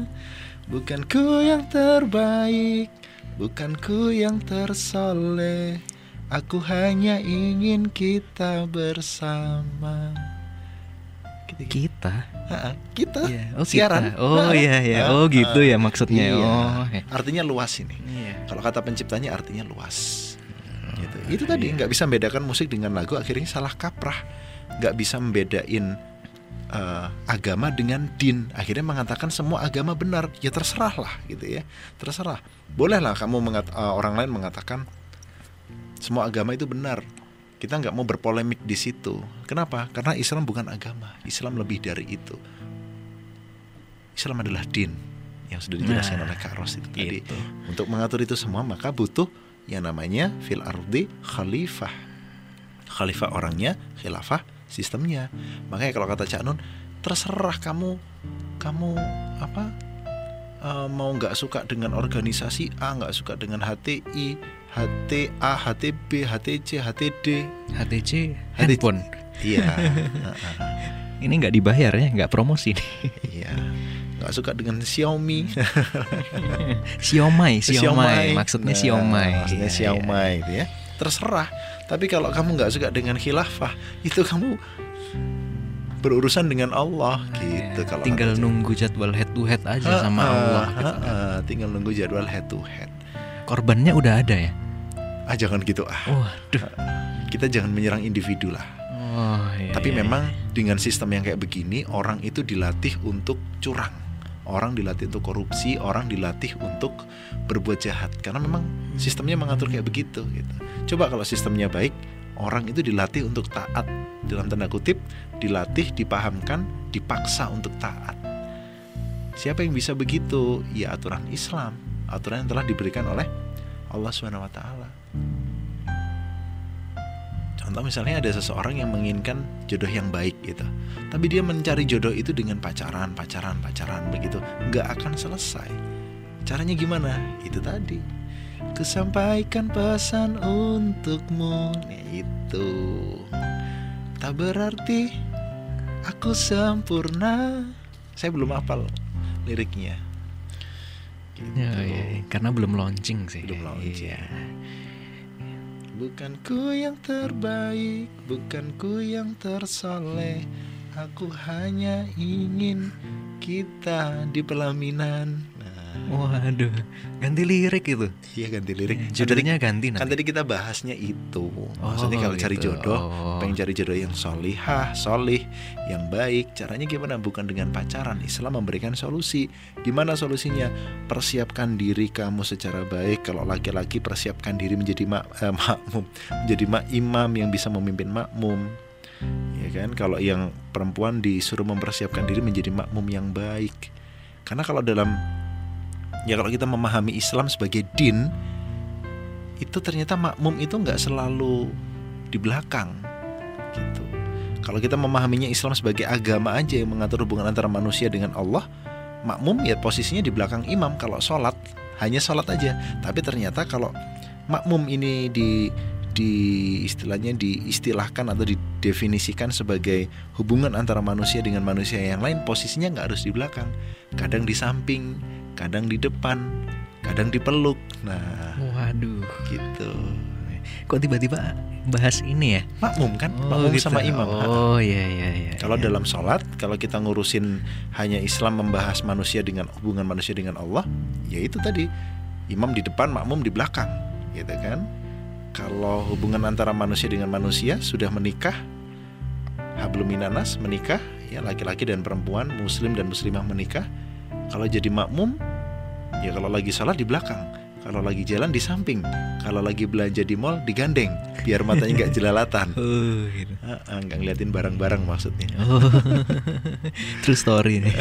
bukan ku yang terbaik, bukan ku yang tersoleh. Aku hanya ingin kita bersama. Gitu-gitu. Kita. Ha-ha, kita Iya. Oh, siaran. kita. Oh, Ha-ha. iya ya. Ha-ha. Oh, gitu ya maksudnya. Iya. Oh, oke. Artinya luas ini. Iya. Kalau kata penciptanya artinya luas. Gitu. Oh, Itu tadi iya. nggak bisa membedakan musik dengan lagu, akhirnya salah kaprah. Nggak bisa membedain uh, agama dengan din. Akhirnya mengatakan semua agama benar. Ya terserah lah gitu ya. Terserah. Bolehlah kamu mengat- uh, orang lain mengatakan semua agama itu benar. Kita nggak mau berpolemik di situ. Kenapa? Karena Islam bukan agama. Islam lebih dari itu. Islam adalah din yang sudah dijelaskan Nah, oleh Kak Ros itu tadi. gitu. Untuk mengatur itu semua maka butuh yang namanya fil ardi khalifah. Khalifah orangnya, khilafah sistemnya. Makanya kalau kata Cak Nun, terserah kamu kamu apa uh, mau nggak suka dengan organisasi A, nggak suka dengan H T I, H T A, H T B, H T C, H T D, H T C handphone. Iya. Ini nggak dibayar ya, nggak promosi nih. Iya. Nggak suka dengan Xiaomi. Siomay, siomay, maksudnya Nah, siomay. Maksudnya Iya, siomay itu ya. Terserah. Tapi kalau kamu nggak suka dengan khilafah, itu kamu berurusan dengan Allah gitu. iya. Kalau Tinggal kata- nunggu jadwal head to head aja Ha, sama ha, Allah. ha, gitu. ha, tinggal nunggu jadwal head to head. Korbannya udah ada ya. Ah jangan gitu ah. Waduh. Kita jangan menyerang individu lah. Oh, iya, Tapi iya, memang dengan sistem yang kayak begini, orang itu dilatih untuk curang, orang dilatih untuk korupsi, orang dilatih untuk berbuat jahat. Karena memang sistemnya mengatur kayak begitu gitu. Coba kalau sistemnya baik, orang itu dilatih untuk taat, dalam tanda kutip, dilatih, dipahamkan, dipaksa untuk taat. Siapa yang bisa begitu? Ya aturan Islam, aturan yang telah diberikan oleh Allah subhanahu wa taala. Contoh misalnya ada seseorang yang menginginkan jodoh yang baik gitu, tapi dia mencari jodoh itu dengan pacaran, pacaran, pacaran begitu, nggak akan selesai. Caranya gimana? Itu tadi, kusampaikan pesan untukmu. Nah, itu tak berarti aku sempurna. Saya belum hafal liriknya. Gitu. Ya, iya, iya. Karena belum launching sih. Belum launching. Iya. Bukan ku yang terbaik, bukan ku yang tersoleh, aku hanya ingin kita di pelaminan. Nah, Waduh, ganti lirik itu. iya ganti lirik. Judulnya ganti Kan nanti. tadi kita bahasnya itu. Maksudnya Oh, kalau cari gitu. jodoh, Oh. pengen cari jodoh yang solihah, solih, yang baik. Caranya gimana? Bukan dengan pacaran. Islam memberikan solusi. Gimana solusinya? Persiapkan diri kamu secara baik. Kalau laki-laki persiapkan diri menjadi mak, eh, makmum, menjadi mak imam yang bisa memimpin makmum. Ya kan? Kalau yang perempuan disuruh mempersiapkan diri menjadi makmum yang baik. Karena kalau dalam ya kalau kita memahami Islam sebagai din, itu ternyata makmum itu nggak selalu di belakang gitu. Kalau kita memahaminya Islam sebagai agama aja yang mengatur hubungan antara manusia dengan Allah, makmum ya posisinya di belakang imam. Kalau sholat hanya sholat aja. Tapi ternyata kalau makmum ini di di istilahnya diistilahkan atau didefinisikan sebagai hubungan antara manusia dengan manusia yang lain, posisinya nggak harus di belakang. Kadang di samping, kadang di depan, kadang dipeluk. Nah, Waduh, gitu. kok tiba-tiba bahas ini ya? Makmum kan, Oh, makmum gitu. sama imam. Oh iya iya iya. Kalau iya. dalam sholat, kalau kita ngurusin hanya Islam membahas manusia dengan hubungan manusia dengan Allah, ya itu tadi, imam di depan, makmum di belakang, gitu kan? Kalau hubungan antara manusia dengan manusia sudah menikah, hablum minanas, menikah, ya laki-laki dan perempuan, muslim dan muslimah menikah. Kalau jadi makmum, ya kalau lagi sholat di belakang, kalau lagi jalan di samping, kalau lagi belanja di mall digandeng, biar matanya nggak jelalatan. Oh gitu. Ah, ah, nggak ngeliatin barang-barang maksudnya. Oh, true story nih.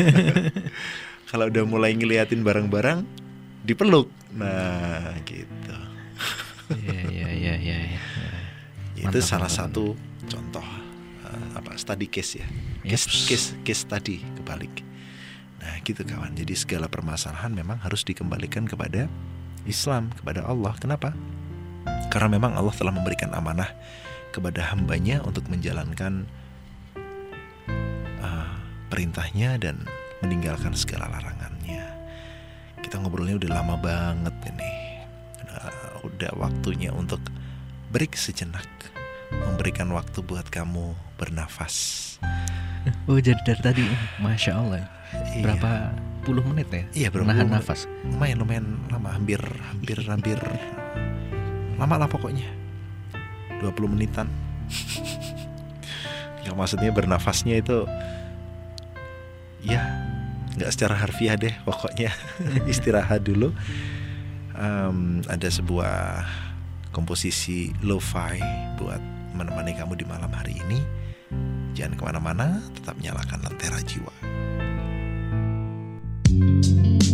Kalau udah mulai ngeliatin barang-barang, dipeluk. Nah, gitu. Iya iya iya iya. iya. Itu Mantap, salah mantap, satu contoh uh, apa study case ya. Case Yaps. case case study kebalik. Nah, gitu kawan. Jadi segala permasalahan memang harus dikembalikan kepada Islam, kepada Allah. Kenapa? Karena memang Allah telah memberikan amanah kepada hambanya untuk menjalankan uh, perintahnya dan meninggalkan segala larangannya. Kita ngobrolnya udah lama banget ini. Udah, udah waktunya untuk break sejenak, memberikan waktu buat kamu bernafas. Oh jadi dari tadi, masya Allah. Iya. Berapa puluh menit ya? Iya, berapa Menahan puluh menit. nafas. Lumayan lumayan lama, hampir hampir hampir lama lah pokoknya, dua puluh menitan. Ya maksudnya bernafasnya itu ya nggak secara harfiah deh, pokoknya istirahat dulu. Um, ada sebuah komposisi lo-fi buat menemani kamu di malam hari ini. Jangan kemana-mana, tetap nyalakan Lentera Jiwa.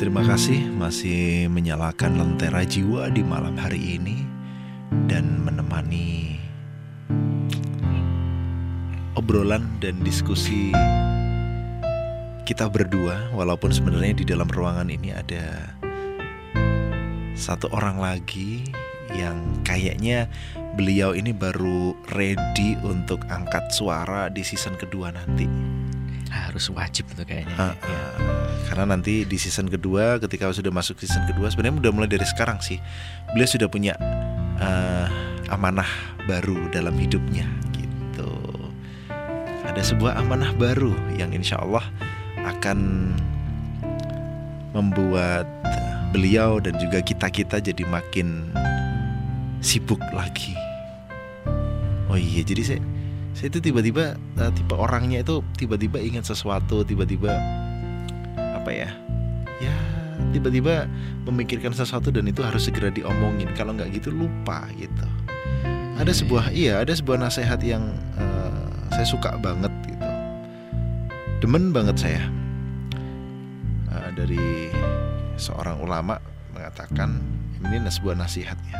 terima kasih masih menyalakan Lentera Jiwa di malam hari ini dan menemani obrolan dan diskusi kita berdua. Walaupun sebenarnya di dalam ruangan ini ada satu orang lagi yang kayaknya beliau ini baru ready untuk angkat suara di season kedua nanti. Harus wajib tuh kayaknya. Uh, uh, ya. Karena nanti di season kedua, ketika sudah masuk season kedua, sebenarnya udah mulai dari sekarang sih, beliau sudah punya uh, amanah baru dalam hidupnya gitu. Ada sebuah amanah baru yang insya Allah akan membuat beliau dan juga kita-kita jadi makin sibuk lagi. Oh iya, jadi saya saya itu tiba-tiba uh, tipe orangnya itu tiba-tiba ingat sesuatu, tiba-tiba apa ya? Ya, tiba-tiba memikirkan sesuatu dan itu harus segera diomongin. Kalau nggak gitu lupa gitu. Ada sebuah iya, ada sebuah nasihat yang uh, saya suka banget gitu. Demen banget saya. Uh, dari seorang ulama mengatakan ini sebuah nasihat ya.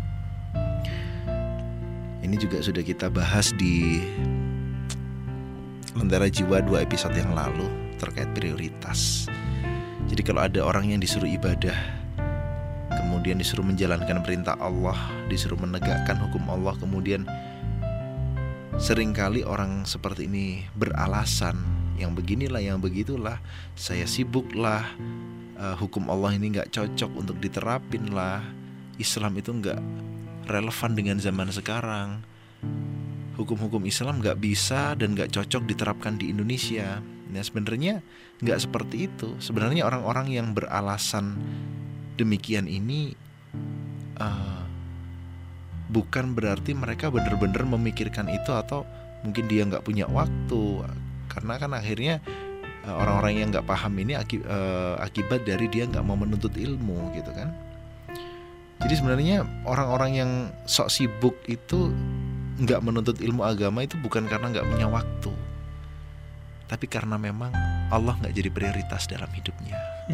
Ini juga sudah kita bahas di Lentera Jiwa dua episode yang lalu terkait prioritas. Jadi kalau ada orang yang disuruh ibadah, kemudian disuruh menjalankan perintah Allah, disuruh menegakkan hukum Allah, kemudian seringkali orang seperti ini beralasan yang beginilah, yang begitulah, saya sibuk lah, uh, hukum Allah ini gak cocok untuk diterapin lah, Islam itu gak relevan dengan zaman sekarang, hukum-hukum Islam gak bisa dan gak cocok diterapkan di Indonesia. Nah sebenarnya gak seperti itu. Sebenarnya orang-orang yang beralasan demikian ini uh, bukan berarti mereka benar-benar memikirkan itu, atau mungkin dia gak punya waktu. Karena kan akhirnya uh, orang-orang yang gak paham ini akib, uh, akibat dari dia gak mau menuntut ilmu gitu kan. Jadi sebenarnya orang-orang yang sok sibuk itu nggak menuntut ilmu agama itu bukan karena nggak punya waktu, tapi karena memang Allah nggak jadi prioritas dalam hidupnya.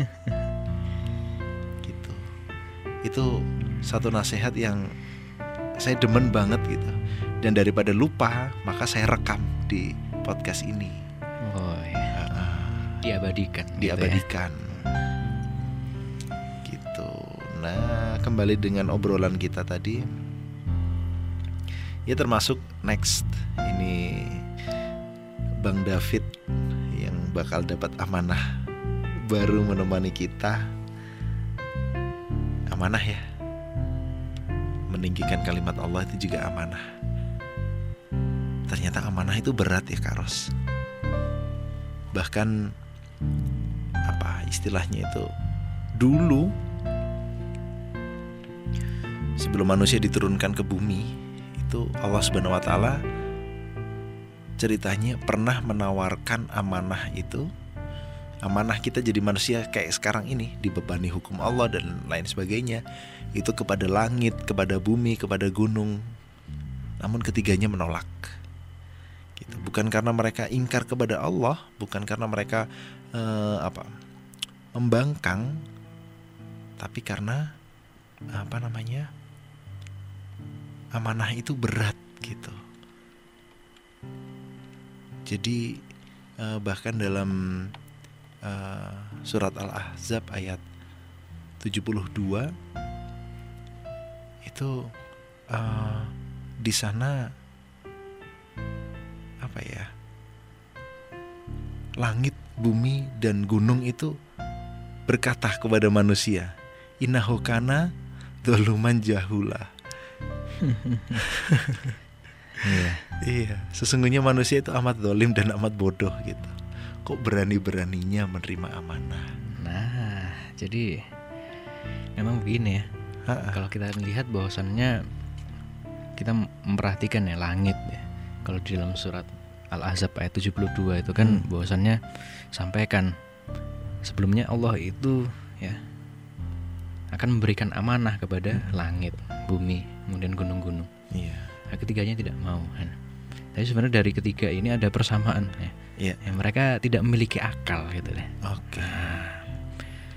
Gitu. Itu satu nasihat yang saya demen banget gitu. Dan daripada lupa, maka saya rekam di podcast ini. Oh ya. Uh, diabadikan. Diabadikan. Gitu ya. Gitu. Nah, kembali dengan obrolan kita tadi. Ya termasuk next ini Bang David yang bakal dapat amanah baru menemani kita. Amanah ya. Meninggikan kalimat Allah itu juga amanah. Ternyata amanah itu berat ya Kak Ros. Bahkan apa istilahnya itu, dulu sebelum manusia diturunkan ke bumi, itu Allah Subhanahu wa taala ceritanya pernah menawarkan amanah itu. Amanah kita jadi manusia kayak sekarang ini, dibebani hukum Allah dan lain sebagainya, itu kepada langit, kepada bumi, kepada gunung. Namun ketiganya menolak. Gitu. Bukan karena mereka ingkar kepada Allah, bukan karena mereka eh, apa? membangkang, tapi karena apa namanya? amanah itu berat gitu. Jadi eh, bahkan dalam eh, surat Al-Ahzab ayat tujuh puluh dua itu eh, di sana apa ya? Langit, bumi dan gunung itu berkata kepada manusia, innahu kana dzuluman jahula. Iya. Iya, sesungguhnya manusia itu amat zalim dan amat bodoh gitu. Kok berani-beraninya menerima amanah? Nah, jadi memang begini ya. Ha-ha. Kalau kita melihat bahwasannya kita memperhatikan ya langit ya. Kalau di dalam surat Al-Ahzab ayat tujuh puluh dua itu kan hmm. bahwasannya sampaikan sebelumnya Allah itu ya akan memberikan amanah kepada hmm. langit, bumi, kemudian gunung-gunung. Iya. Nah, ketiganya tidak mau kan. Tapi sebenarnya dari ketiga ini ada persamaan ya. Iya. Ya, mereka tidak memiliki akal gitu ya. Oke. Okay. Nah,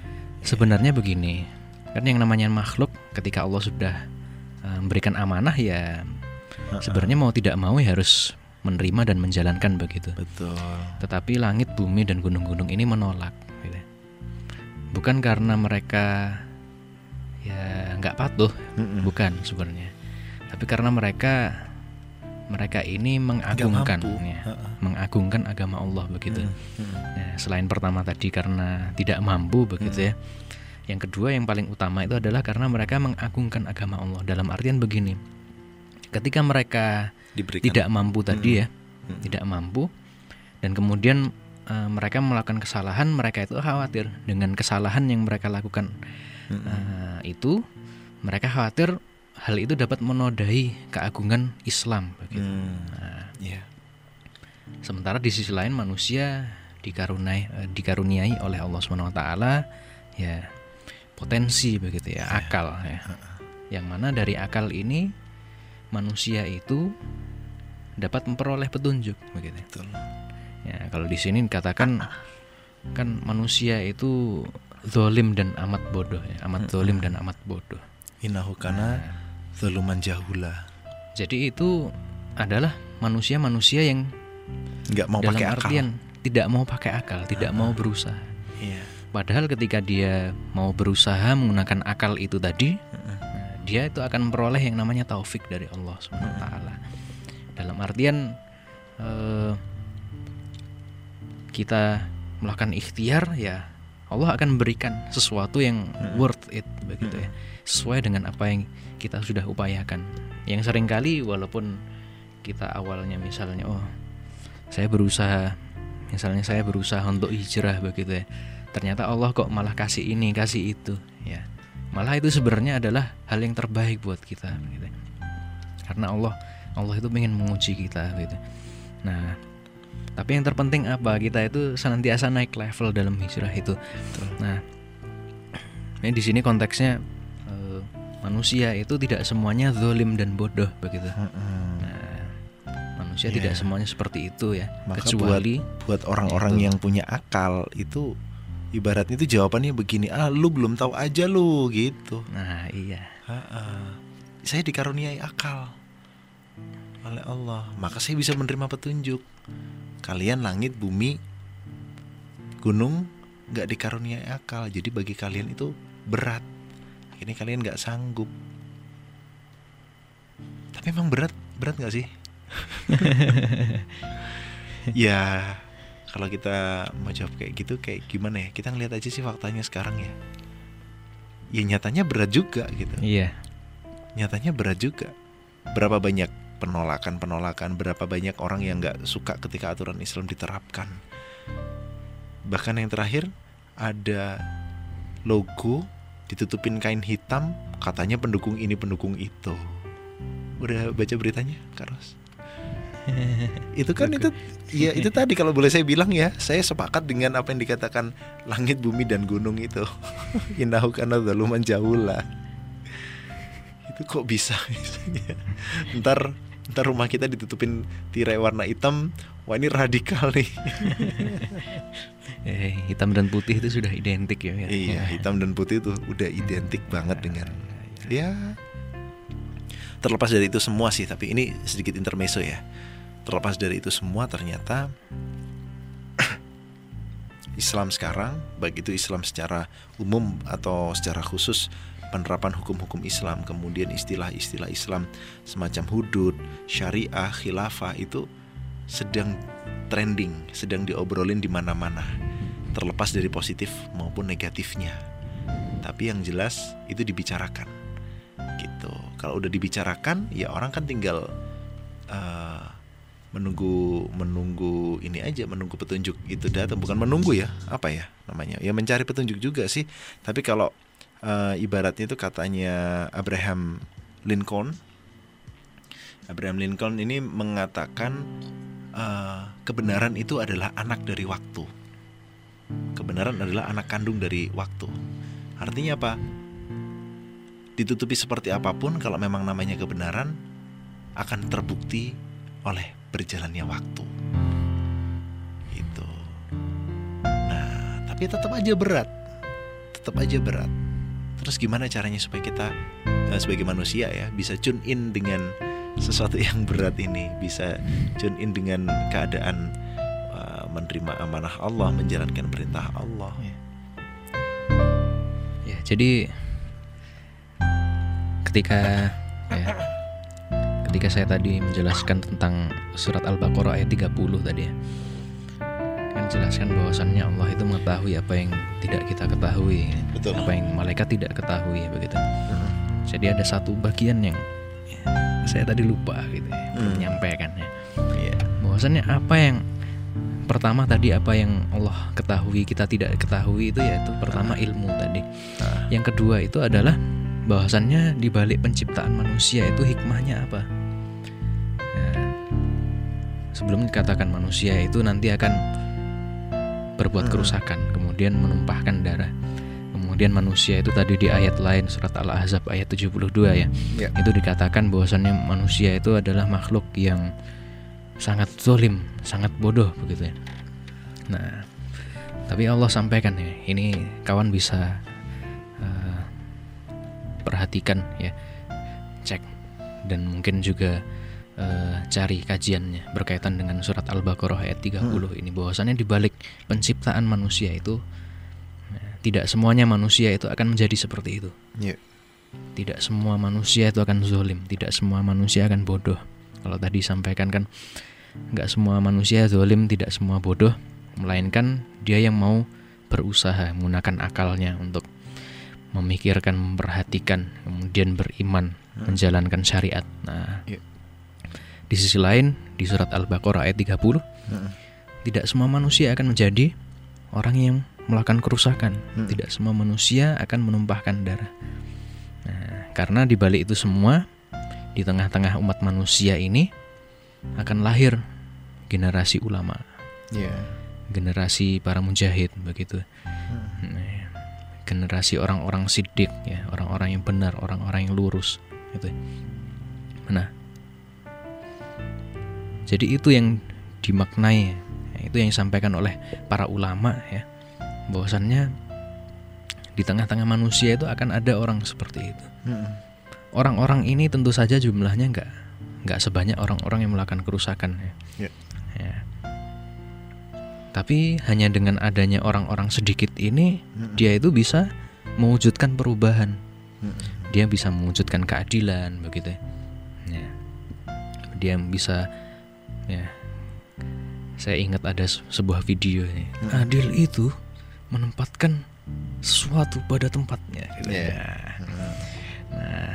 Sebenarnya begini, kan yang namanya makhluk ketika Allah sudah uh, memberikan amanah ya uh-uh. sebenarnya mau tidak mau ya harus menerima dan menjalankan begitu. Betul. Tetapi langit, bumi dan gunung-gunung ini menolak, gitu. Bukan karena mereka ya nggak patuh, uh-uh. bukan sebenarnya, tapi karena mereka mereka ini mengagungkan, ya, uh-uh. mengagungkan agama Allah begitu. Uh-uh. Nah, selain pertama tadi karena tidak mampu begitu, uh-uh. ya. Yang kedua yang paling utama itu adalah karena mereka mengagungkan agama Allah. Dalam artian begini, ketika mereka diberikan. Tidak mampu tadi, uh-uh. ya, uh-uh. tidak mampu, dan kemudian uh, mereka melakukan kesalahan, mereka itu khawatir dengan kesalahan yang mereka lakukan, uh-uh. uh, itu mereka khawatir hal itu dapat menodai keagungan Islam begitu. Hmm, nah, yeah. Sementara di sisi lain manusia dikaruniai, dikaruniai oleh Allah subhanahu wa taala ya potensi begitu ya, yeah. akal ya. Yang mana dari akal ini manusia itu dapat memperoleh petunjuk begitu. Betul. Ya, kalau di sini dikatakan kan manusia itu zalim dan amat bodoh ya, amat zalim dan amat bodoh. Innahu kana zaluman jahula. Jadi itu adalah manusia-manusia yang nggak mau pakai akal, tidak mau pakai akal, tidak uh-huh. mau berusaha. Yeah. Padahal ketika dia mau berusaha menggunakan akal itu tadi, uh-huh. nah, dia itu akan memperoleh yang namanya taufik dari Allah subhanahu wa taala. Dalam artian uh, kita melakukan ikhtiar, ya Allah akan memberikan sesuatu yang uh-huh. worth it begitu, uh-huh. ya, sesuai dengan apa yang kita sudah upayakan. Yang seringkali walaupun kita awalnya misalnya oh saya berusaha misalnya saya berusaha untuk hijrah begitu ya, ternyata Allah kok malah kasih ini kasih itu ya, malah itu sebenarnya adalah hal yang terbaik buat kita begitu. Karena Allah Allah itu ingin menguji kita gitu. Nah, tapi yang terpenting apa, kita itu senantiasa naik level dalam hijrah itu. Nah, ini di sini konteksnya manusia itu tidak semuanya zalim dan bodoh begitu. Hmm. Nah, manusia yeah. tidak semuanya seperti itu ya. Maka kecuali buat, buat orang-orang itu. Yang punya akal itu ibaratnya itu jawabannya begini, ah lu belum tahu aja lu gitu. Nah iya. Ha-ha. Saya dikaruniai akal oleh Allah, maka saya bisa menerima petunjuk. Kalian langit, bumi, gunung nggak dikaruniai akal, jadi bagi kalian itu berat. Ini kalian nggak sanggup. Tapi emang berat, berat nggak sih? Ya, kalau kita mau jawab kayak gitu, kayak gimana ya? Kita ngeliat aja sih faktanya sekarang ya. Ya nyatanya berat juga gitu. Iya. Nyatanya berat juga. Berapa banyak penolakan-penolakan, berapa banyak orang yang nggak suka ketika aturan Islam diterapkan. Bahkan yang terakhir ada logo ditutupin kain hitam, katanya pendukung ini pendukung itu. Udah baca beritanya, Kak Ros? Itu kan itu ya itu tadi kalau boleh saya bilang ya, saya sepakat dengan apa yang dikatakan langit, bumi dan gunung itu. Innahu kana zaluman jahula. Itu kok bisa misalnya. Ntar ntar rumah kita ditutupin tirai warna hitam, wah ini radikal nih. Eh, hitam dan putih itu sudah identik ya. ya. Iya, hitam dan putih itu udah identik banget dengan ya. Terlepas dari itu semua sih, tapi ini sedikit intermezzo ya. Terlepas dari itu semua, ternyata Islam sekarang, baik itu Islam secara umum atau secara khusus, penerapan hukum-hukum Islam, kemudian istilah-istilah Islam semacam hudud, syariah, khilafah itu sedang trending, sedang diobrolin di mana-mana, terlepas dari positif maupun negatifnya. Tapi yang jelas itu dibicarakan, gitu. Kalau udah dibicarakan, ya orang kan tinggal uh, menunggu, menunggu ini aja, menunggu petunjuk itu datang. Bukan menunggu ya, apa ya namanya? Ya mencari petunjuk juga sih. Tapi kalau uh, ibaratnya itu katanya Abraham Lincoln, Abraham Lincoln ini mengatakan uh, kebenaran itu adalah anak dari waktu. Kebenaran adalah anak kandung dari waktu. Artinya apa? Ditutupi seperti apapun, kalau memang namanya kebenaran, akan terbukti oleh berjalannya waktu. Gitu. Nah, tapi tetap aja berat. tetap aja berat. Terus gimana caranya supaya kita uh, sebagai manusia ya bisa tune in dengan sesuatu yang berat ini, bisa tune in dengan keadaan uh, menerima amanah Allah, menjalankan perintah Allah. Ya, ya jadi ketika ya, ketika saya tadi menjelaskan tentang surat Al-Baqarah ayat tiga puluh tadi ya, kan jelaskan bahwasannya Allah itu mengetahui apa yang tidak kita ketahui. Betul. Apa yang malaikat tidak ketahui begitu. Hmm. Jadi ada satu bagian yang ya, saya tadi lupa gitu ya, belum hmm. menyampaikan ya. Yeah. Bahwasannya apa yang pertama tadi, apa yang Allah ketahui kita tidak ketahui itu yaitu pertama ilmu tadi. Uh. Yang kedua itu adalah bahwasannya di balik penciptaan manusia itu hikmahnya apa. Nah, sebelum dikatakan manusia itu nanti akan berbuat kerusakan, kemudian menumpahkan darah. Kemudian manusia itu tadi di ayat lain surat Al-Ahzab ayat tujuh puluh dua ya, ya. Itu dikatakan bahwasannya manusia itu adalah makhluk yang sangat zalim, sangat bodoh begitu ya. Nah, tapi Allah sampaikan ya, ini kawan bisa uh, perhatikan ya, cek dan mungkin juga Uh, cari kajiannya berkaitan dengan surat Al-Baqarah ayat tiga puluh hmm. ini, bahwasannya di balik penciptaan manusia itu ya, tidak semuanya manusia itu akan menjadi seperti itu. Yeah. Tidak semua manusia itu akan zalim, tidak semua manusia akan bodoh. Kalau tadi sampaikan kan enggak semua manusia zalim, tidak semua bodoh, melainkan dia yang mau berusaha menggunakan akalnya untuk memikirkan, memperhatikan, kemudian beriman, hmm. menjalankan syariat. Nah, yeah. Di sisi lain di surat Al-Baqarah ayat tiga puluh hmm. tidak semua manusia akan menjadi orang yang melakukan kerusakan. hmm. Tidak semua manusia akan menumpahkan darah. Nah, karena di balik itu semua, di tengah-tengah umat manusia ini akan lahir generasi ulama, yeah. generasi para mujahid begitu. hmm. nah, generasi orang-orang siddiq ya, orang-orang yang benar, orang-orang yang lurus gitu. Nah, jadi itu yang dimaknai, itu yang disampaikan oleh para ulama ya, bahwasannya di tengah-tengah manusia itu akan ada orang seperti itu. Hmm. Orang-orang ini tentu saja jumlahnya nggak nggak sebanyak orang-orang yang melakukan kerusakan ya. Yeah. Ya. Tapi hanya dengan adanya orang-orang sedikit ini, hmm. dia itu bisa mewujudkan perubahan. Hmm. Dia bisa mewujudkan keadilan begitu. Ya. Dia bisa ya, saya ingat ada sebuah video nih. Hmm. Adil itu menempatkan sesuatu pada tempatnya gitu. Yeah. Hmm. Nah,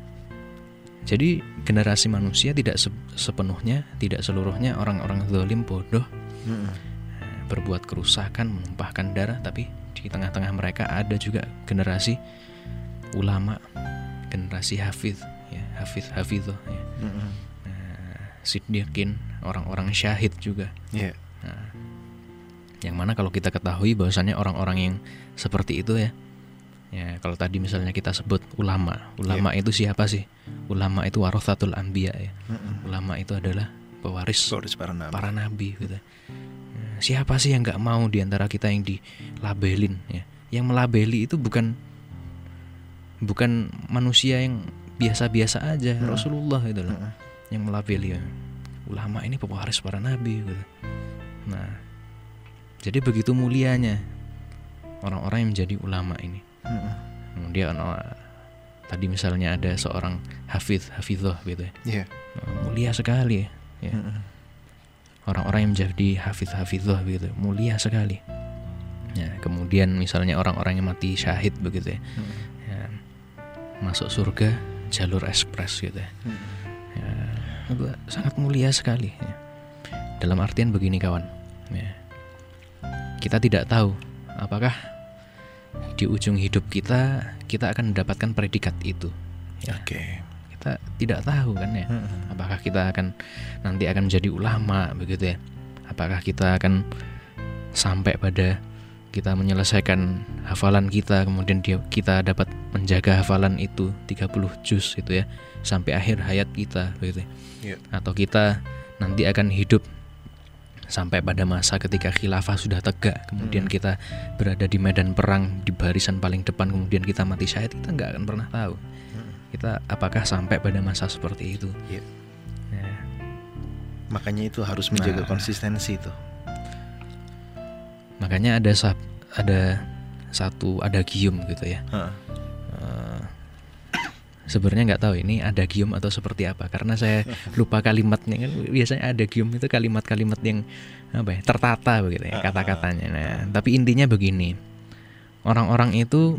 jadi generasi manusia tidak sepenuhnya, tidak seluruhnya orang-orang zalim, bodoh, hmm. berbuat kerusakan, menumpahkan darah. Tapi di tengah-tengah mereka ada juga generasi ulama, generasi hafiz ya, hafiz hafizah ya. Hmm. Siddiqin, orang-orang syahid juga. Yeah. Nah, yang mana kalau kita ketahui bahwasannya orang-orang yang seperti itu ya, ya kalau tadi misalnya kita sebut ulama, ulama yeah. itu siapa sih? Ulama itu warathatul anbiya ya. Mm-mm. Ulama itu adalah pewaris, pewaris para nabi, para nabi gitu. Nah, siapa sih yang nggak mau diantara kita yang dilabelin ya? Yang melabeli itu bukan bukan manusia yang biasa-biasa aja, mm. Rasulullah itu loh. Mm. Yang melabeli ya, ulama ini pewaris para nabi gitu. Nah, jadi begitu mulianya orang-orang yang menjadi ulama ini. Mm-hmm. Kemudian oh, tadi misalnya ada seorang hafiz hafizah gitu ya. Yeah. Oh, mulia sekali ya. Mm-hmm. Orang-orang yang menjadi hafiz hafizah gitu, mulia sekali. Ya, kemudian misalnya orang-orang yang mati syahid begitu ya. Mm-hmm. Ya, masuk surga jalur ekspres gitu ya. Mm-hmm. Ya, itu sangat mulia sekali ya. Dalam artian begini kawan ya, kita tidak tahu apakah di ujung hidup kita kita akan mendapatkan predikat itu ya. Oke. Okay. Kita tidak tahu kan ya, hmm. apakah kita akan nanti akan menjadi ulama begitu ya, apakah kita akan sampai pada kita menyelesaikan hafalan kita, kemudian dia, kita dapat menjaga hafalan itu tiga puluh juz itu ya sampai akhir hayat kita begitu. Yeah. Atau kita nanti akan hidup sampai pada masa ketika khilafah sudah tegak, kemudian hmm. kita berada di medan perang di barisan paling depan, kemudian kita mati syahid, kita nggak akan pernah tahu hmm. kita apakah sampai pada masa seperti itu. Yeah. Ya. Makanya itu harus menjaga nah, konsistensi itu. Makanya ada ada satu adagium gitu ya. Huh. Uh, Sebenarnya nggak tahu ini adagium atau seperti apa, karena saya lupa kalimatnya. Kan biasanya adagium itu kalimat-kalimat yang apa ya, tertata begitu ya, kata-katanya. Nah, tapi intinya begini, orang-orang itu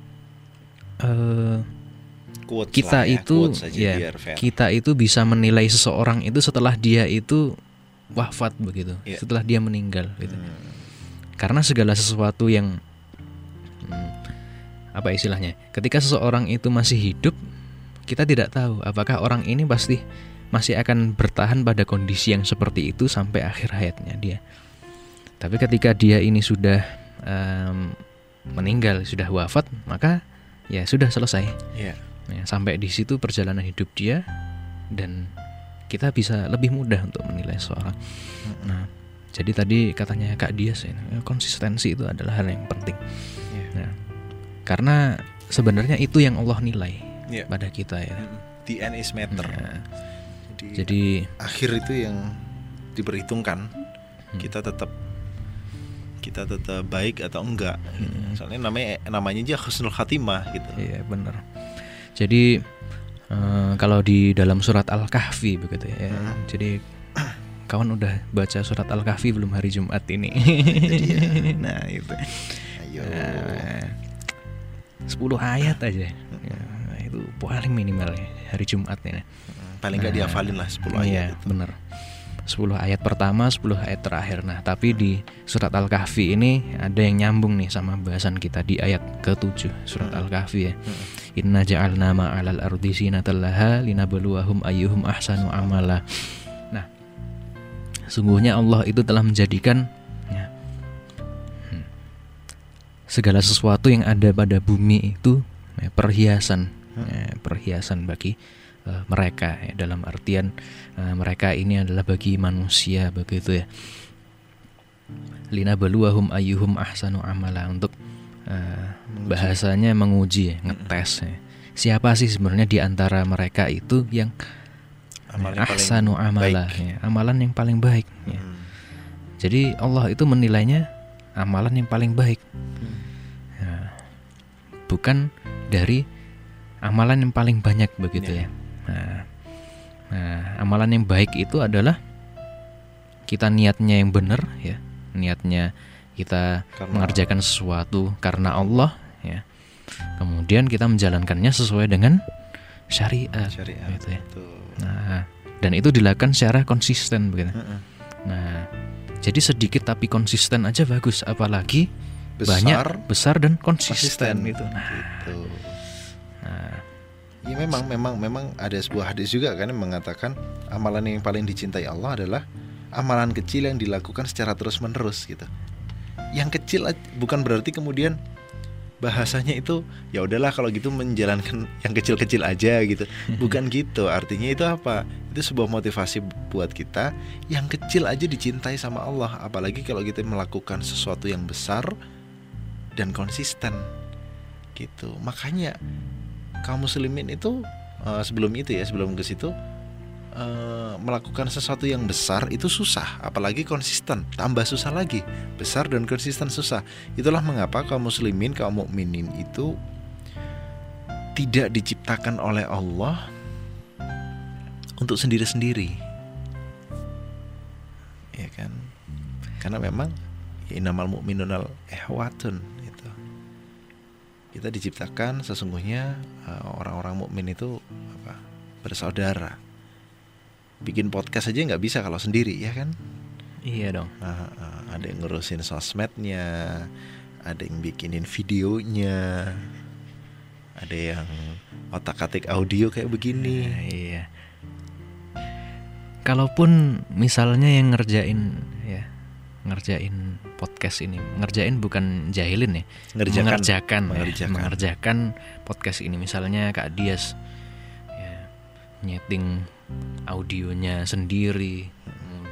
uh, kita ya, itu ya kita itu bisa menilai seseorang itu setelah dia itu wafat begitu, yeah. setelah dia meninggal gitu. Hmm. Karena segala sesuatu yang hmm, apa istilahnya, ketika seseorang itu masih hidup, kita tidak tahu apakah orang ini pasti masih akan bertahan pada kondisi yang seperti itu sampai akhir hayatnya dia. Tapi ketika dia ini sudah um, meninggal, sudah wafat, maka ya sudah selesai. Yeah. Ya, sampai di situ perjalanan hidup dia, dan kita bisa lebih mudah untuk menilai seseorang. Mm-hmm. Nah, jadi tadi katanya Kak Dias, konsistensi itu adalah hal yang penting. Yeah. Nah, karena sebenarnya itu yang Allah nilai yeah. pada kita ya. The end is matter. Nah, jadi, jadi akhir itu yang diperhitungkan. Hmm. Kita tetap kita tetap baik atau enggak. Hmm. Soalnya namanya namanya aja husnul khatimah gitu. Iya, benar. Jadi uh, kalau di dalam surat Al-Kahfi begitu ya. Hmm. Jadi kawan udah baca surat Al-Kahfi belum hari Jumat ini? Nah, itu. Ayo. Nah, sepuluh ayat aja. Ya, itu paling minimal ya, hari Jumat ya. Paling enggak nah, dihafalin lah sepuluh ayat. Iya, benar. sepuluh ayat pertama, sepuluh ayat terakhir. Nah, tapi di surat Al-Kahfi ini ada yang nyambung nih sama bahasan kita di ayat ketujuh surat hmm. Al-Kahfi ya. Hmm. Inna ja'alna ma'alal ardi zinatan laha linabluwahum ayyuhum ahsanu amala. Nah, sungguhnya Allah itu telah menjadikan ya, hmm, segala sesuatu yang ada pada bumi itu ya, perhiasan, hmm. ya, perhiasan bagi uh, mereka ya, dalam artian uh, mereka ini adalah bagi manusia begitu ya. Linabluwahum ayyuhum ahsanu amala, untuk uh, bahasanya menguji ya, ngetes ya. Siapa sih sebenarnya di antara mereka itu yang Amalan ahsanu amala ya, amalan yang paling baik ya. Hmm. Jadi Allah itu menilainya amalan yang paling baik, hmm. ya, bukan dari amalan yang paling banyak begitu ya. ya. Nah, nah, amalan yang baik itu adalah kita niatnya yang benar ya, niatnya kita karena mengerjakan sesuatu karena Allah ya. Kemudian kita menjalankannya sesuai dengan syariat, syariat gitu ya. Nah, dan itu dilakukan secara konsisten begitu. Uh-uh. Nah, jadi sedikit tapi konsisten aja bagus, apalagi besar, banyak, besar dan konsisten, konsisten. Itu. Nah, gitu. Nah, ya memang memang memang ada sebuah hadis juga kan yang mengatakan amalan yang paling dicintai Allah adalah amalan kecil yang dilakukan secara terus-menerus gitu. Yang kecil bukan berarti kemudian bahasanya itu ya udahlah kalau gitu menjalankan yang kecil-kecil aja gitu. Bukan gitu. Artinya itu apa? Itu sebuah motivasi buat kita, yang kecil aja dicintai sama Allah, apalagi kalau kita melakukan sesuatu yang besar dan konsisten gitu. Makanya kaum muslimin itu uh, sebelum itu ya, sebelum ke situ Uh, melakukan sesuatu yang besar itu susah, apalagi konsisten, tambah susah lagi. Besar dan konsisten susah. Itulah mengapa kaum muslimin, kaum mukminin itu tidak diciptakan oleh Allah untuk sendiri-sendiri, ya kan? Karena memang ya, innamal mu'minunal ihwatun itu. Kita diciptakan sesungguhnya uh, orang-orang mukmin itu apa? Bersaudara. Bikin podcast aja nggak bisa kalau sendiri, ya kan? Iya dong. Nah, ada yang ngurusin sosmednya, ada yang bikinin videonya, ada yang otak-atik audio kayak begini. Nah, iya. Kalaupun misalnya yang ngerjain ya, ngerjain podcast ini, ngerjain bukan jahilin ya, ngerjakan, mengerjakan, mengerjakan. Ya, mengerjakan podcast ini, misalnya Kak Dias ya, nyeting audionya sendiri,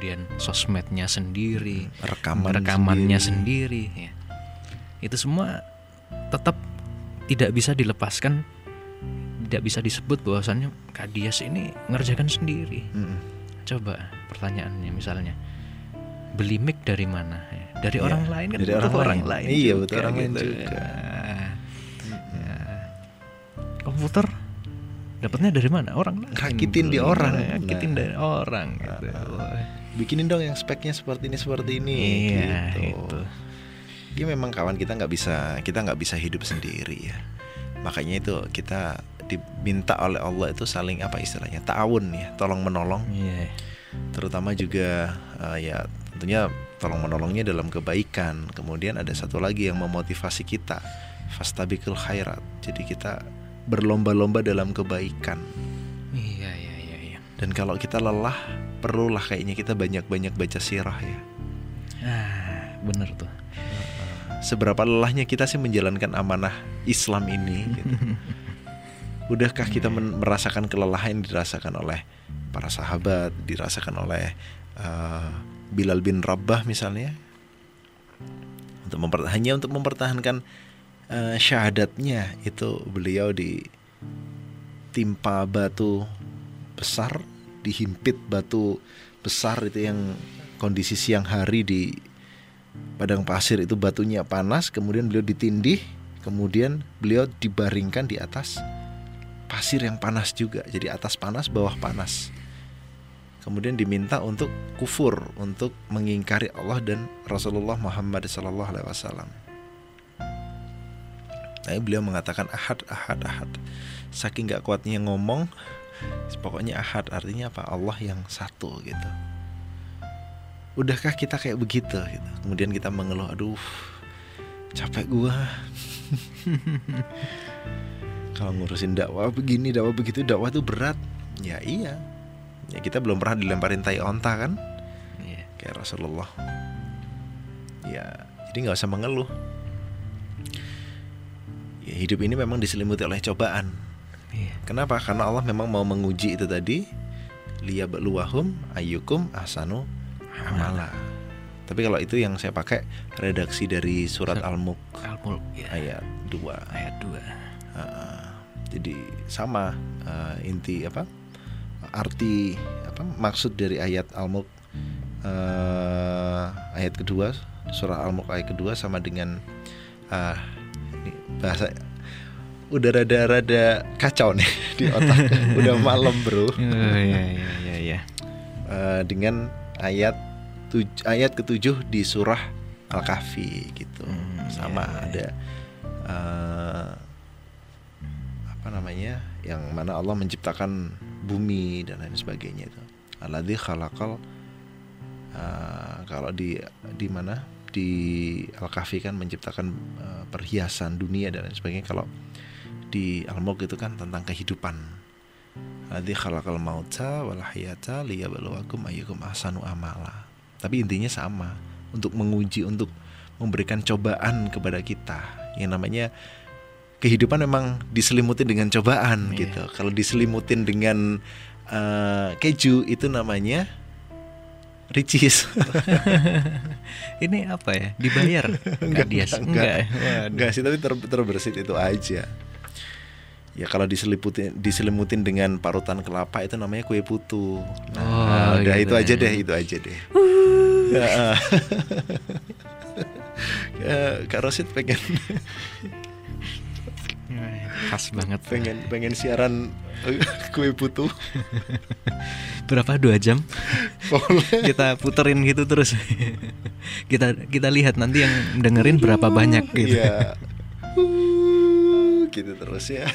kemudian sosmednya sendiri, rekaman rekamannya sendiri, sendiri ya. Itu semua tetap tidak bisa dilepaskan, tidak bisa disebut bahwasannya Kak Dias ini ngerjakan sendiri. Mm-mm. Coba pertanyaannya misalnya, beli mic dari mana? Dari ya, orang lain kan, dari orang, orang lain. lain. Iya, juga, betul orang gitu. lain juga. Ya. Komputer dapatnya dari mana? Orang lain. Rakitin di orang. Rakitin nah. dari orang. Gitu. Bikinin dong yang speknya seperti ini seperti ini. Iya, gitu. Itu. Ya memang kawan kita nggak bisa kita nggak bisa hidup sendiri ya. Makanya itu kita diminta oleh Allah itu saling apa istilahnya ta'awun ya, tolong menolong. Yeah. Terutama juga uh, ya tentunya tolong menolongnya dalam kebaikan. Kemudian ada satu lagi yang memotivasi kita, fastabiqul khairat. Jadi kita berlomba-lomba dalam kebaikan. Iya iya iya. iya. Dan kalau kita lelah, perlulah kayaknya kita banyak-banyak baca sirah ya. Ah bener tuh. Seberapa lelahnya kita sih menjalankan amanah Islam ini gitu. Udahkah kita men- merasakan kelelahan yang dirasakan oleh para sahabat, dirasakan oleh uh, Bilal bin Rabah misalnya, untuk memper- hanya untuk mempertahankan uh, syahadatnya itu beliau ditimpa batu besar, dihimpit batu besar itu yang kondisi siang hari di padang pasir itu batunya panas, kemudian beliau ditindih, kemudian beliau dibaringkan di atas pasir yang panas juga. Jadi atas panas, bawah panas. Kemudian diminta untuk kufur, untuk mengingkari Allah dan Rasulullah Muhammad sallallahu alaihi wasallam. Nah, beliau mengatakan ahad, ahad, ahad. Saking gak kuatnya ngomong, pokoknya ahad artinya apa? Allah yang satu gitu. Udahkah kita kayak begitu gitu? Kemudian kita mengeluh, aduh capek gua. Kalau ngurusin dakwah begini, dakwah begitu, dakwah itu berat. Ya iya. Ya kita belum pernah dilemparin tai onta kan? Yeah. Kayak Rasulullah. Ya, jadi nggak usah mengeluh. Ya, hidup ini memang diselimuti oleh cobaan. Yeah. Kenapa? Karena Allah memang mau menguji itu tadi. Liyabluwahum ayyukum ahsanu amala. Tapi kalau itu yang saya pakai redaksi dari surat Al-Mulk, Al-Mulk ya. ayat dua. Ayat dua. Uh, jadi sama uh, inti apa? Arti apa? Maksud dari ayat Al-Mulk uh, ayat kedua, surah Al-Mulk ayat kedua sama dengan uh, ini bahasa udah rada-rada kacau nih di otak. Udah malam, Bro. Oh, iya iya iya iya. Uh, dengan ayat tuj- ayat ketujuh di surah Al-Kahfi gitu. Hmm, sama iya, iya. ada uh, apa namanya? Yang mana Allah menciptakan bumi dan lain sebagainya itu. Alladzi khalaqal uh, kalau di di mana? Di Al-Kahfi kan menciptakan uh, perhiasan dunia dan lain sebagainya. Kalau di Al-Mulk itu kan tentang kehidupan. Alladzi khalaqal mauta wal hayata liyabluwakum ayyukum ahsanu amala. Tapi intinya sama, untuk menguji, untuk memberikan cobaan kepada kita. Yang namanya kehidupan memang diselimutin dengan cobaan, yeah. gitu. Kalau diselimutin dengan uh, keju itu namanya ricis. Ini apa ya? Dibayar? Enggak, Dias? enggak, enggak, enggak sih, tapi ter- terbersit itu aja. Ya kalau diselimutin diselimutin dengan parutan kelapa itu namanya kue putu. Nah, oh, udah gitu itu ya. aja deh, itu aja deh. ya, ya, Kak Rosid pengen khas banget. Pengen pengen siaran kue putu. Berapa dua jam? Boleh. Kita puterin gitu terus. kita kita lihat nanti yang dengerin berapa banyak gitu. Iya. gitu terus ya.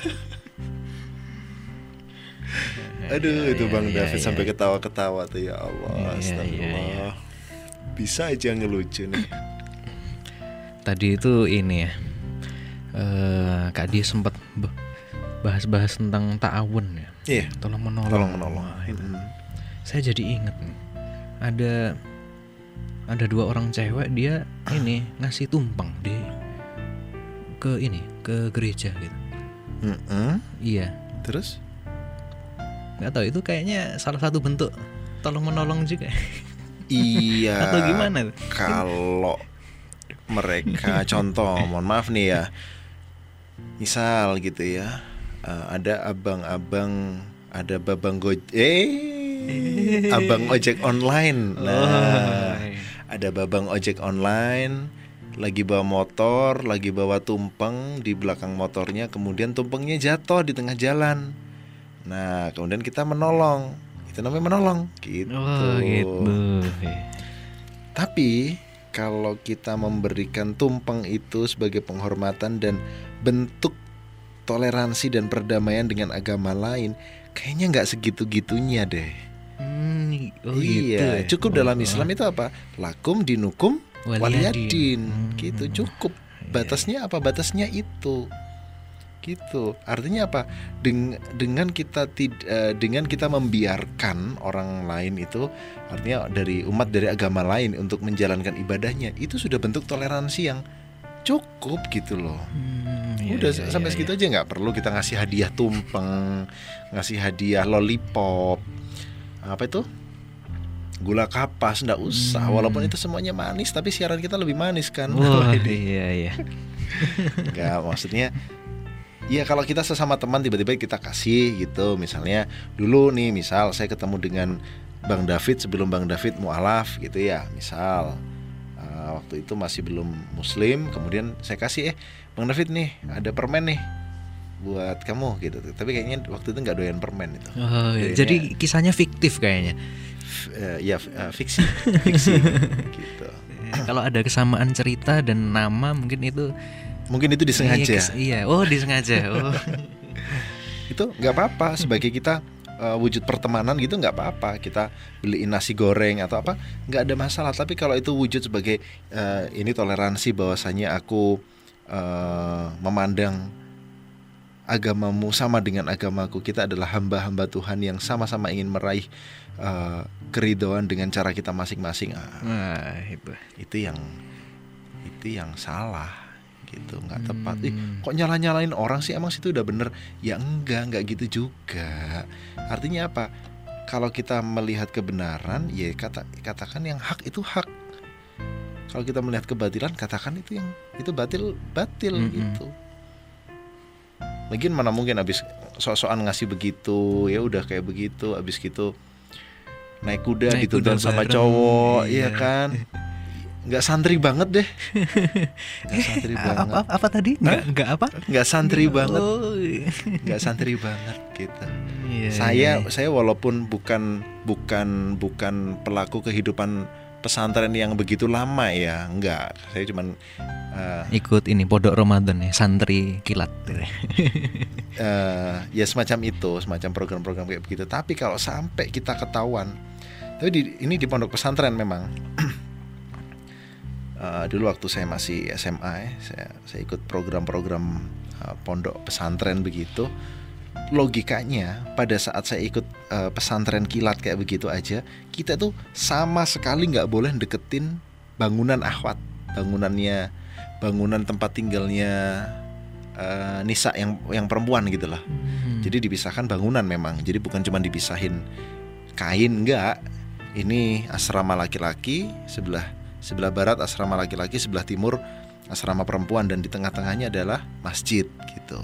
Aduh, itu Bang ya, David ya, sampai ya. ketawa-ketawa tuh, ya Allah, ya, astagfirullah. Ya, ya. Bisa aja ngelucu nih. Tadi itu ini ya, uh, Kak Dia sempat bahas-bahas tentang ta'awun ya. Iya. Tolong menolong. Tolong menolong. Hmm. Saya jadi inget nih, ada ada dua orang cewek, dia ini ngasih tumpeng di ke ini ke gereja gitu. Mm-hmm. Iya. Terus? Nggak tahu, itu kayaknya salah satu bentuk tolong menolong juga. Iya. Atau gimana? Kalau mereka contoh, mohon maaf nih ya, misal gitu ya, uh, ada abang-abang, ada babang gojek, eh, abang ojek online. Nah, Oh. ada babang ojek online, lagi bawa motor, lagi bawa tumpeng di belakang motornya, kemudian tumpengnya jatuh di tengah jalan. Nah, kemudian kita menolong, itu namanya menolong, gitu. Oh gitu. Tapi kalau kita memberikan tumpeng itu sebagai penghormatan dan bentuk toleransi dan perdamaian dengan agama lain, kayaknya nggak segitu-gitunya deh. Hmm, oh Iya, gitu ya? cukup dalam Oh. Islam itu apa? Lakum dinukum Waliyadin. waliyadin, Hmm. gitu cukup. Batasnya apa? Batasnya itu. Gitu. Artinya apa? Deng- dengan kita tid- eh, dengan kita membiarkan orang lain itu, artinya dari umat dari agama lain untuk menjalankan ibadahnya, itu sudah bentuk toleransi yang cukup gitu loh. Hmm, iya, Udah iya, sampai iya, segitu iya. aja, nggak perlu kita ngasih hadiah tumpeng, ngasih hadiah lollipop, apa itu, gula kapas, nggak usah. Hmm. Walaupun itu semuanya manis, tapi siaran kita lebih manis kan. Wah, iya iya. Nggak, maksudnya ya kalau kita sesama teman tiba-tiba kita kasih gitu. Misalnya dulu nih, misal saya ketemu dengan Bang David sebelum Bang David mualaf gitu ya, misal uh, waktu itu masih belum muslim, kemudian saya kasih, eh Bang David nih ada permen nih buat kamu gitu. Tapi kayaknya waktu itu nggak doyan permen itu. Oh, iya. Doyannya, Jadi kisahnya fiktif kayaknya. f- uh, ya uh, fiksi, fiksi gitu. Kalau ada kesamaan cerita dan nama mungkin itu Mungkin itu Iya, disengaja. kes- iya. Oh disengaja. Oh. Itu nggak apa-apa sebagai kita uh, wujud pertemanan gitu, nggak apa-apa kita beliin nasi goreng atau apa, nggak ada masalah. Tapi kalau itu wujud sebagai uh, ini toleransi bahwasanya aku uh, memandang agamamu sama dengan agamaku, kita adalah hamba-hamba Tuhan yang sama-sama ingin meraih uh, keridhaan dengan cara kita masing-masing. Ah, Wah itu. itu yang itu yang salah gitu, nggak tepat. Ih, Hmm. kok nyala-nyalain orang sih, emang situ udah bener? Ya enggak, enggak gitu juga. Artinya apa? Kalau kita melihat kebenaran, ya kata katakan yang hak itu hak. Kalau kita melihat kebatilan, katakan itu yang itu batil batil Mm-mm. gitu. Lagian mana mungkin abis sok-sokan ngasih begitu, ya udah kayak begitu, abis gitu naik kuda Naik dituntun kuda sama bareng, cowok, iya. iya kan? Nggak santri banget deh. Nggak santri banget. Apa, apa tadi? Enggak enggak apa? Nggak santri banget. Oh, iya. Nggak santri banget gitu. Iya, Saya iya. saya walaupun bukan bukan bukan pelaku kehidupan pesantren yang begitu lama ya, enggak. Saya cuman uh, Ikut ini pondok Ramadan ya, santri kilat. uh, ya semacam itu, semacam program-program kayak begitu. Tapi kalau sampai kita ketahuan, tapi di, ini di pondok pesantren memang. Uh, dulu waktu saya masih S M A ya, saya, saya ikut program-program uh, pondok pesantren begitu. Logikanya pada saat saya ikut uh, pesantren kilat kayak begitu aja, kita tuh sama sekali nggak boleh deketin bangunan akhwat, bangunannya, bangunan tempat tinggalnya uh, nisa yang yang perempuan gitu lah. Hmm. Jadi dipisahkan bangunan memang. Jadi bukan cuma dipisahin kain, enggak. Ini asrama laki-laki sebelah sebelah barat, asrama laki-laki sebelah timur, asrama perempuan, dan di tengah-tengahnya adalah masjid gitu.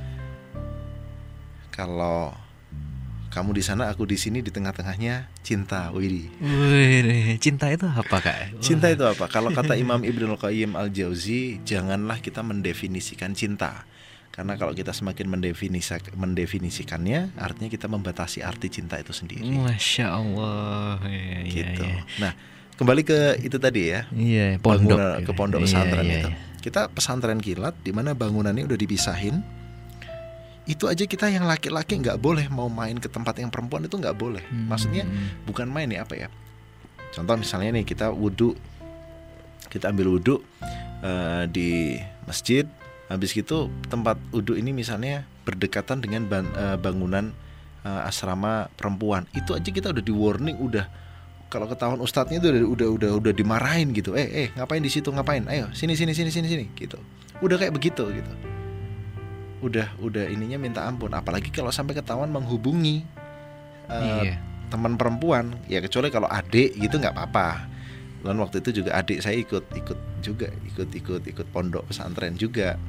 Kalau kamu di sana, aku di sini, di tengah-tengahnya cinta. Widih. Wih, cinta itu apa kak? Cinta itu apa? Kalau kata Imam Ibnul Qayyim Al-Jauzi, janganlah kita mendefinisikan cinta. Karena kalau kita semakin mendefinisikan, mendefinisikannya, artinya kita membatasi arti cinta itu sendiri. Masya Allah. Iya, iya, Gitu. iya. Nah, kembali ke itu tadi ya. Iya, pondok. Bangunan- ke pondok Iya, pesantren iya, itu. iya. Kita pesantren kilat di mana bangunannya udah dipisahin. Itu aja kita yang laki-laki nggak boleh mau main ke tempat yang perempuan, itu nggak boleh. Hmm. Maksudnya bukan main ya, apa ya? Contoh misalnya nih, kita wudhu, kita ambil wudhu uh, di masjid. Habis gitu tempat wudhu ini misalnya berdekatan dengan ban, uh, bangunan uh, asrama perempuan. Itu aja kita udah di warning, udah kalau ketahuan ustadznya itu udah udah udah udah dimarahin gitu. Eh eh ngapain di situ, ngapain? Ayo sini sini sini sini sini gitu. Udah kayak begitu gitu. Udah udah ininya minta ampun. Apalagi kalau sampai ketahuan menghubungi uh, Iya. teman perempuan, ya kecuali kalau adik gitu nggak apa-apa. Dan waktu itu juga adik saya ikut ikut juga ikut ikut ikut pondok pesantren juga.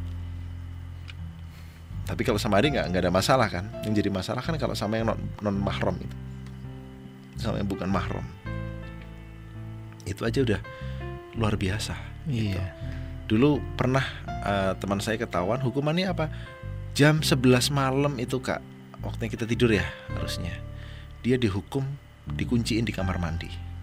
Tapi kalau sama adik nggak nggak ada masalah kan. Yang jadi masalah kan kalau sama yang non, non mahram itu, sama yang bukan mahram. Itu aja udah luar biasa. Gitu. Iya. Dulu pernah uh, teman saya ketahuan, hukumannya apa? Jam sebelas malam itu Kak, waktunya kita tidur ya harusnya. Dia dihukum dikunciin di kamar mandi.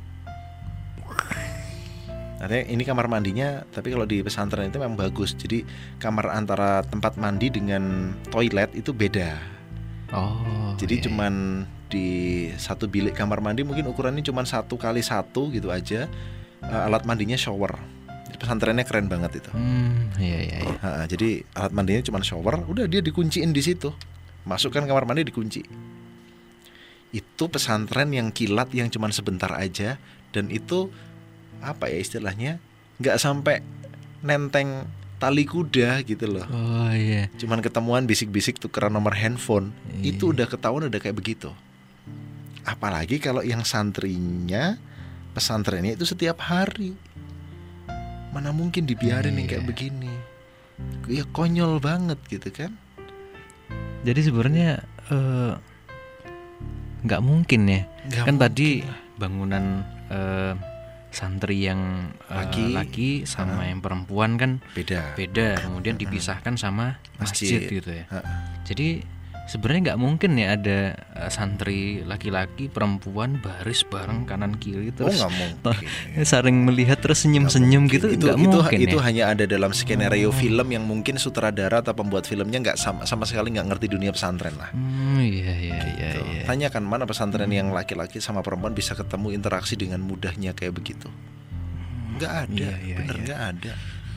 Artinya ini kamar mandinya, tapi kalau di pesantren itu memang bagus. Jadi kamar antara tempat mandi dengan toilet itu beda. Oh. Jadi iya, cuman di satu bilik kamar mandi mungkin ukurannya cuma satu kali satu gitu aja. Uh, alat mandinya shower. Jadi pesantrennya keren banget itu. Hmm, iya iya. iya. Ha, jadi alat mandinya cuma shower, udah dia dikunciin di situ. Masukkan kamar mandi dikunci. Itu pesantren yang kilat yang cuma sebentar aja, dan itu apa ya istilahnya, nggak sampai nenteng tali kuda gitu loh. Oh iya. Cuman ketemuan bisik-bisik tukeran nomor handphone. Iya. Itu udah ketahuan udah kayak begitu. Apalagi kalau yang santrinya pesantrennya itu setiap hari. Mana mungkin dibiarin Iya. yang kayak begini. Ya konyol banget gitu kan. Jadi sebenarnya eh, nggak mungkin ya. Nggak Kan mungkin tadi lah. bangunan eh, santri yang eh, Laki. laki sama Ha. yang perempuan kan Beda. beda, kemudian dipisahkan sama masjid, Masjid. gitu ya. Ha. Jadi sebenarnya nggak mungkin ya ada eh, santri laki-laki perempuan baris bareng kanan kiri Oh terus nggak mungkin. saling melihat terus senyum-senyum gitu, itu nggak itu mungkin itu ya. hanya ada dalam skenario film yang mungkin sutradara atau pembuat filmnya nggak sama, sama sekali nggak ngerti dunia pesantren lah. Hmm, iya iya iya Gitu. iya. Tanyakan mana pesantren yang laki-laki sama perempuan bisa ketemu interaksi dengan mudahnya kayak begitu. Nggak ada, Iya, iya, bener iya. nggak ada.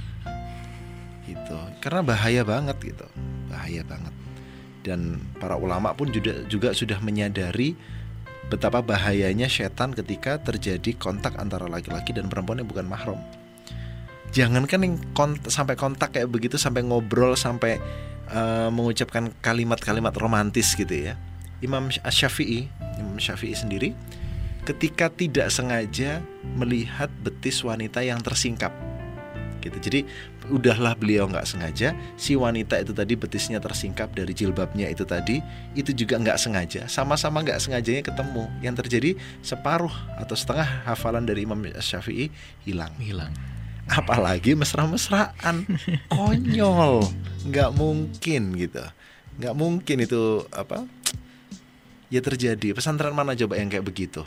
Gitu. Karena bahaya banget gitu, bahaya banget. Dan para ulama pun juga juga sudah menyadari betapa bahayanya setan ketika terjadi kontak antara laki-laki dan perempuan yang bukan mahram. Jangankan yang kont- sampai kontak kayak begitu, sampai ngobrol, sampai uh, mengucapkan kalimat-kalimat romantis gitu ya. Imam Syafi'i, Imam Syafi'i sendiri ketika tidak sengaja melihat betis wanita yang tersingkap gitu. Jadi udahlah beliau nggak sengaja, si wanita itu tadi betisnya tersingkap dari jilbabnya itu tadi, itu juga nggak sengaja, sama-sama nggak sengajanya ketemu. Yang terjadi separuh atau setengah hafalan dari Imam Syafi'i hilang. Hilang. Apalagi mesra-mesraan, konyol, nggak mungkin gitu, nggak mungkin itu apa? Ya terjadi. Pesantren mana coba yang kayak begitu?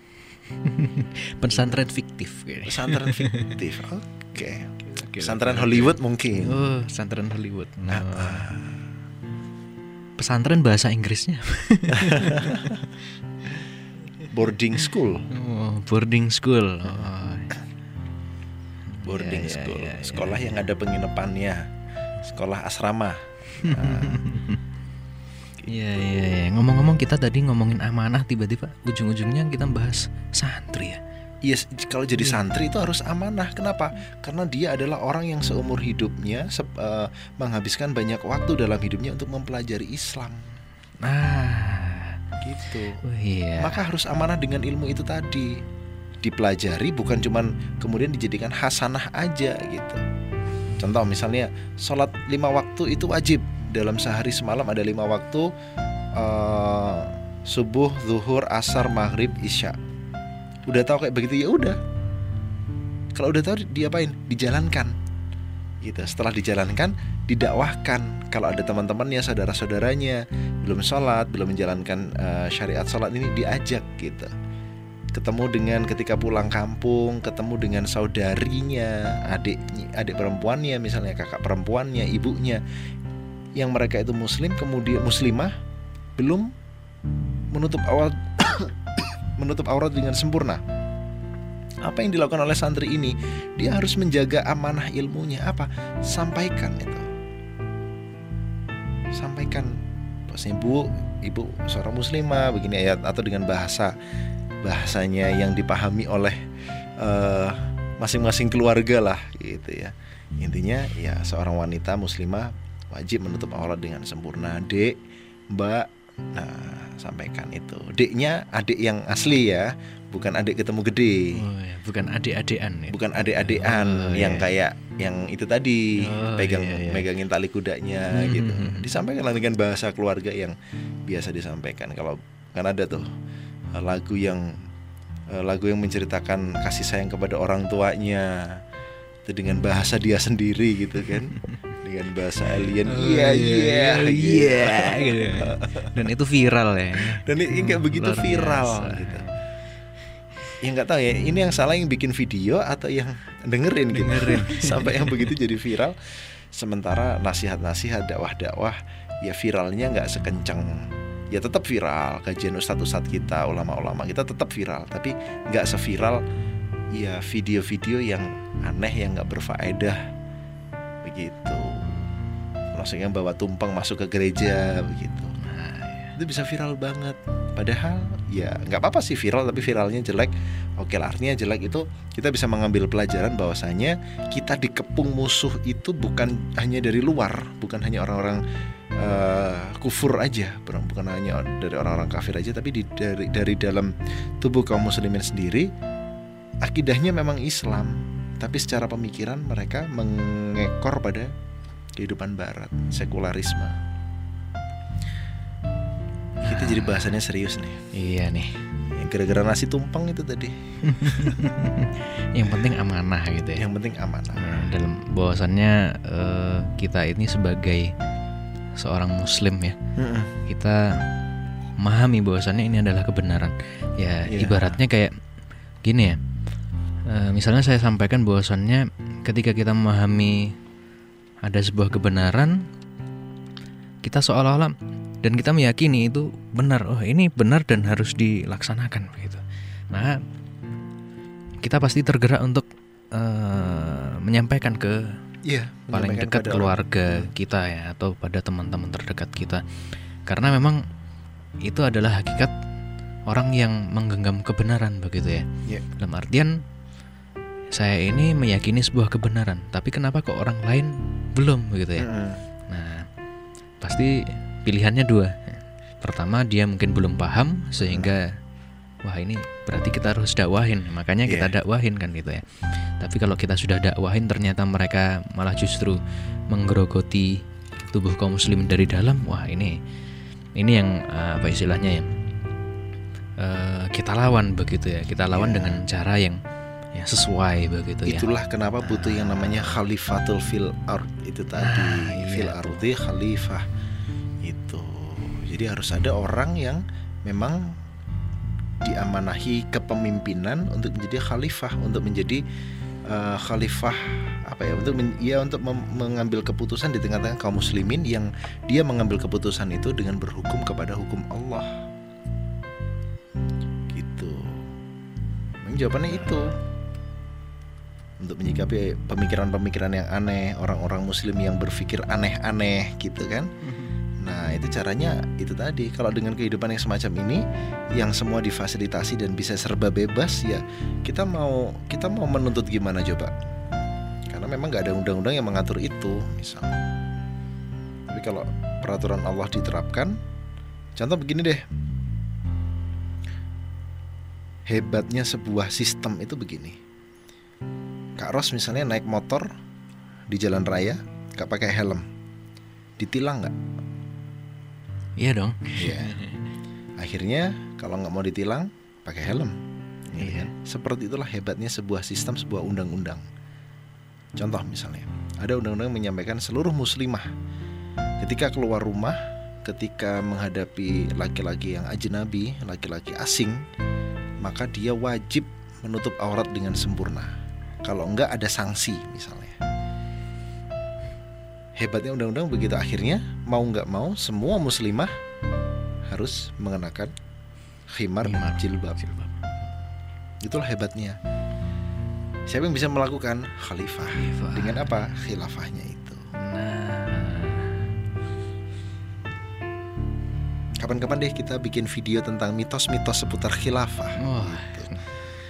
Pesantren fiktif kayaknya. Pesantren fiktif, oke. Okay. Oke, Pesantren oke, Hollywood oke. mungkin. Oh, pesantren Hollywood. Nah, Oh. ah. Pesantren bahasa Inggrisnya. Boarding school, Oh, boarding school. Oh. boarding Iya, iya, school, iya, iya, sekolah iya. yang ada penginapannya, sekolah asrama. Nah, Iya iya iya. Ngomong-ngomong kita tadi ngomongin amanah, tiba-tiba ujung-ujungnya kita bahas santri ya. yes, kalau jadi santri itu harus amanah. Kenapa? Karena dia adalah orang yang seumur hidupnya se- eh, menghabiskan banyak waktu dalam hidupnya untuk mempelajari Islam. Nah, Gitu. oh iya. Maka harus amanah dengan ilmu itu tadi. Dipelajari, bukan cuman kemudian dijadikan hasanah aja gitu. Contoh misalnya sholat lima waktu itu wajib. Dalam sehari semalam ada lima waktu, uh, subuh, zuhur, asar, maghrib, isya. Udah tahu kayak begitu ya udah. Kalau udah tahu diapain? Dijalankan. Gitu. Setelah dijalankan, didakwahkan. Kalau ada teman-temannya, saudara-saudaranya belum sholat, belum menjalankan uh, syariat sholat ini, diajak gitu. Ketemu dengan ketika pulang kampung, ketemu dengan saudarinya, adiknya, adik perempuannya, misalnya kakak perempuannya, ibunya, yang mereka itu muslim, kemudian muslimah, belum menutup aurat menutup aurat dengan sempurna. Apa yang dilakukan oleh santri ini? Dia harus menjaga amanah ilmunya. Apa? Sampaikan itu. Sampaikan, bahasanya bu, ibu seorang muslimah begini ayat, atau dengan bahasa bahasanya yang dipahami oleh uh, masing-masing keluarga lah gitu ya. Intinya ya seorang wanita muslimah wajib menutup aurat dengan sempurna. Dek, mbak, Nah, sampaikan itu. D-nya adik yang asli ya, bukan adik ketemu gede. Oh, ya. Bukan adik-adikan ya. Bukan adik-adikan oh, yang iya. kayak yang itu tadi oh, pegang iya, iya. megangin tali kudanya hmm, gitu. Disampaikan dengan bahasa keluarga yang biasa disampaikan. Kalau kan ada tuh lagu yang lagu yang menceritakan kasih sayang kepada orang tuanya itu dengan bahasa dia sendiri gitu kan. Dengan bahasa alien, iya iya iya, dan itu viral ya. Dan ini nggak begitu luar viral biasa. Gitu. Ya nggak tahu ya, ini yang salah yang bikin video atau yang dengerin, dengerin. Gitu. Sampai yang begitu jadi viral. Sementara nasihat-nasihat dakwah-dakwah ya viralnya nggak sekencang. Ya tetap viral, kajian ustadz-ustadz kita, ulama-ulama kita tetap viral, tapi nggak seviral ya video-video yang aneh yang nggak berfaedah begitu. Maksudnya bawa tumpeng masuk ke gereja begitu. Nah, itu bisa viral banget. Padahal ya nggak apa-apa sih viral, tapi viralnya jelek. Oke lah, artinya jelek itu kita bisa mengambil pelajaran bahwasanya kita dikepung musuh itu bukan hanya dari luar, bukan hanya orang-orang uh, kufur aja, bukan hanya dari orang-orang kafir aja, tapi di, dari dari dalam tubuh kaum muslimin sendiri akidahnya memang Islam, tapi secara pemikiran mereka mengekor pada kehidupan barat, sekularisme. Kita jadi bahasannya serius nih. Iya nih. Yang gara-gara nasi tumpeng itu tadi. Yang penting amanah gitu ya. Yang penting amanah. Nah, dalam bahwasannya uh, kita ini sebagai seorang muslim ya, mm-mm. kita memahami bahwasannya ini adalah kebenaran. Ya yeah. Ibaratnya kayak gini ya. Uh, misalnya saya sampaikan bahwasannya ketika kita memahami ada sebuah kebenaran, kita seolah-olah dan kita meyakini itu benar. Oh, ini benar dan harus dilaksanakan begitu. Nah, kita pasti tergerak untuk uh, menyampaikan ke yeah, paling dekat keluarga orang. Kita ya, atau pada teman-teman terdekat kita. Karena memang itu adalah hakikat orang yang menggenggam kebenaran begitu ya. Yeah. Dalam artian saya ini meyakini sebuah kebenaran, tapi kenapa kok orang lain belum begitu ya? Mm-hmm. Nah, pasti pilihannya dua. Pertama, dia mungkin belum paham sehingga wah ini berarti kita harus dakwahin, makanya kita yeah. dakwahin kan gitu ya. Tapi kalau kita sudah dakwahin ternyata mereka malah justru menggerogoti tubuh kaum muslimin dari dalam, wah ini ini yang uh, apa istilahnya ya? Uh, kita lawan begitu ya. Kita lawan yeah. dengan cara yang ya sesuai begitu ya. Itulah kenapa butuh yang namanya khalifatul fil ard itu tadi. Ah, iya. Fil ardi khalifah itu. Jadi harus ada orang yang memang diamanahi kepemimpinan untuk menjadi khalifah, untuk menjadi uh, khalifah apa ya? Untuk men, ya untuk mem- mengambil keputusan di tengah-tengah kaum muslimin yang dia mengambil keputusan itu dengan berhukum kepada hukum Allah. Gitu. Memang jawabannya itu. Untuk menyikapi pemikiran-pemikiran yang aneh, orang-orang muslim yang berpikir aneh-aneh gitu kan. Nah itu caranya itu tadi. Kalau dengan kehidupan yang semacam ini, yang semua difasilitasi dan bisa serba bebas, ya kita mau kita mau menuntut gimana coba? Karena memang gak ada undang-undang yang mengatur itu misalnya. Tapi kalau peraturan Allah diterapkan, contoh begini deh, hebatnya sebuah sistem itu begini. Kak Ros misalnya naik motor di jalan raya gak pakai helm, ditilang gak? Iya dong. Iya. Akhirnya kalau gak mau ditilang pakai helm. Iya kan? Seperti itulah hebatnya sebuah sistem, sebuah undang-undang. Contoh misalnya, ada undang-undang yang menyampaikan seluruh muslimah ketika keluar rumah, ketika menghadapi laki-laki yang ajnabi, laki-laki asing, maka dia wajib menutup aurat dengan sempurna. Kalau enggak ada sanksi misalnya. Hebatnya undang-undang begitu, akhirnya mau enggak mau semua muslimah harus mengenakan khimar, khimar jilbab. jilbab. Itulah hebatnya. Siapa yang bisa melakukan? Khalifah. Khalifah. Dengan apa? Khilafahnya itu. Nah, kapan-kapan deh kita bikin video tentang mitos-mitos seputar khilafah. Oh. Gitu.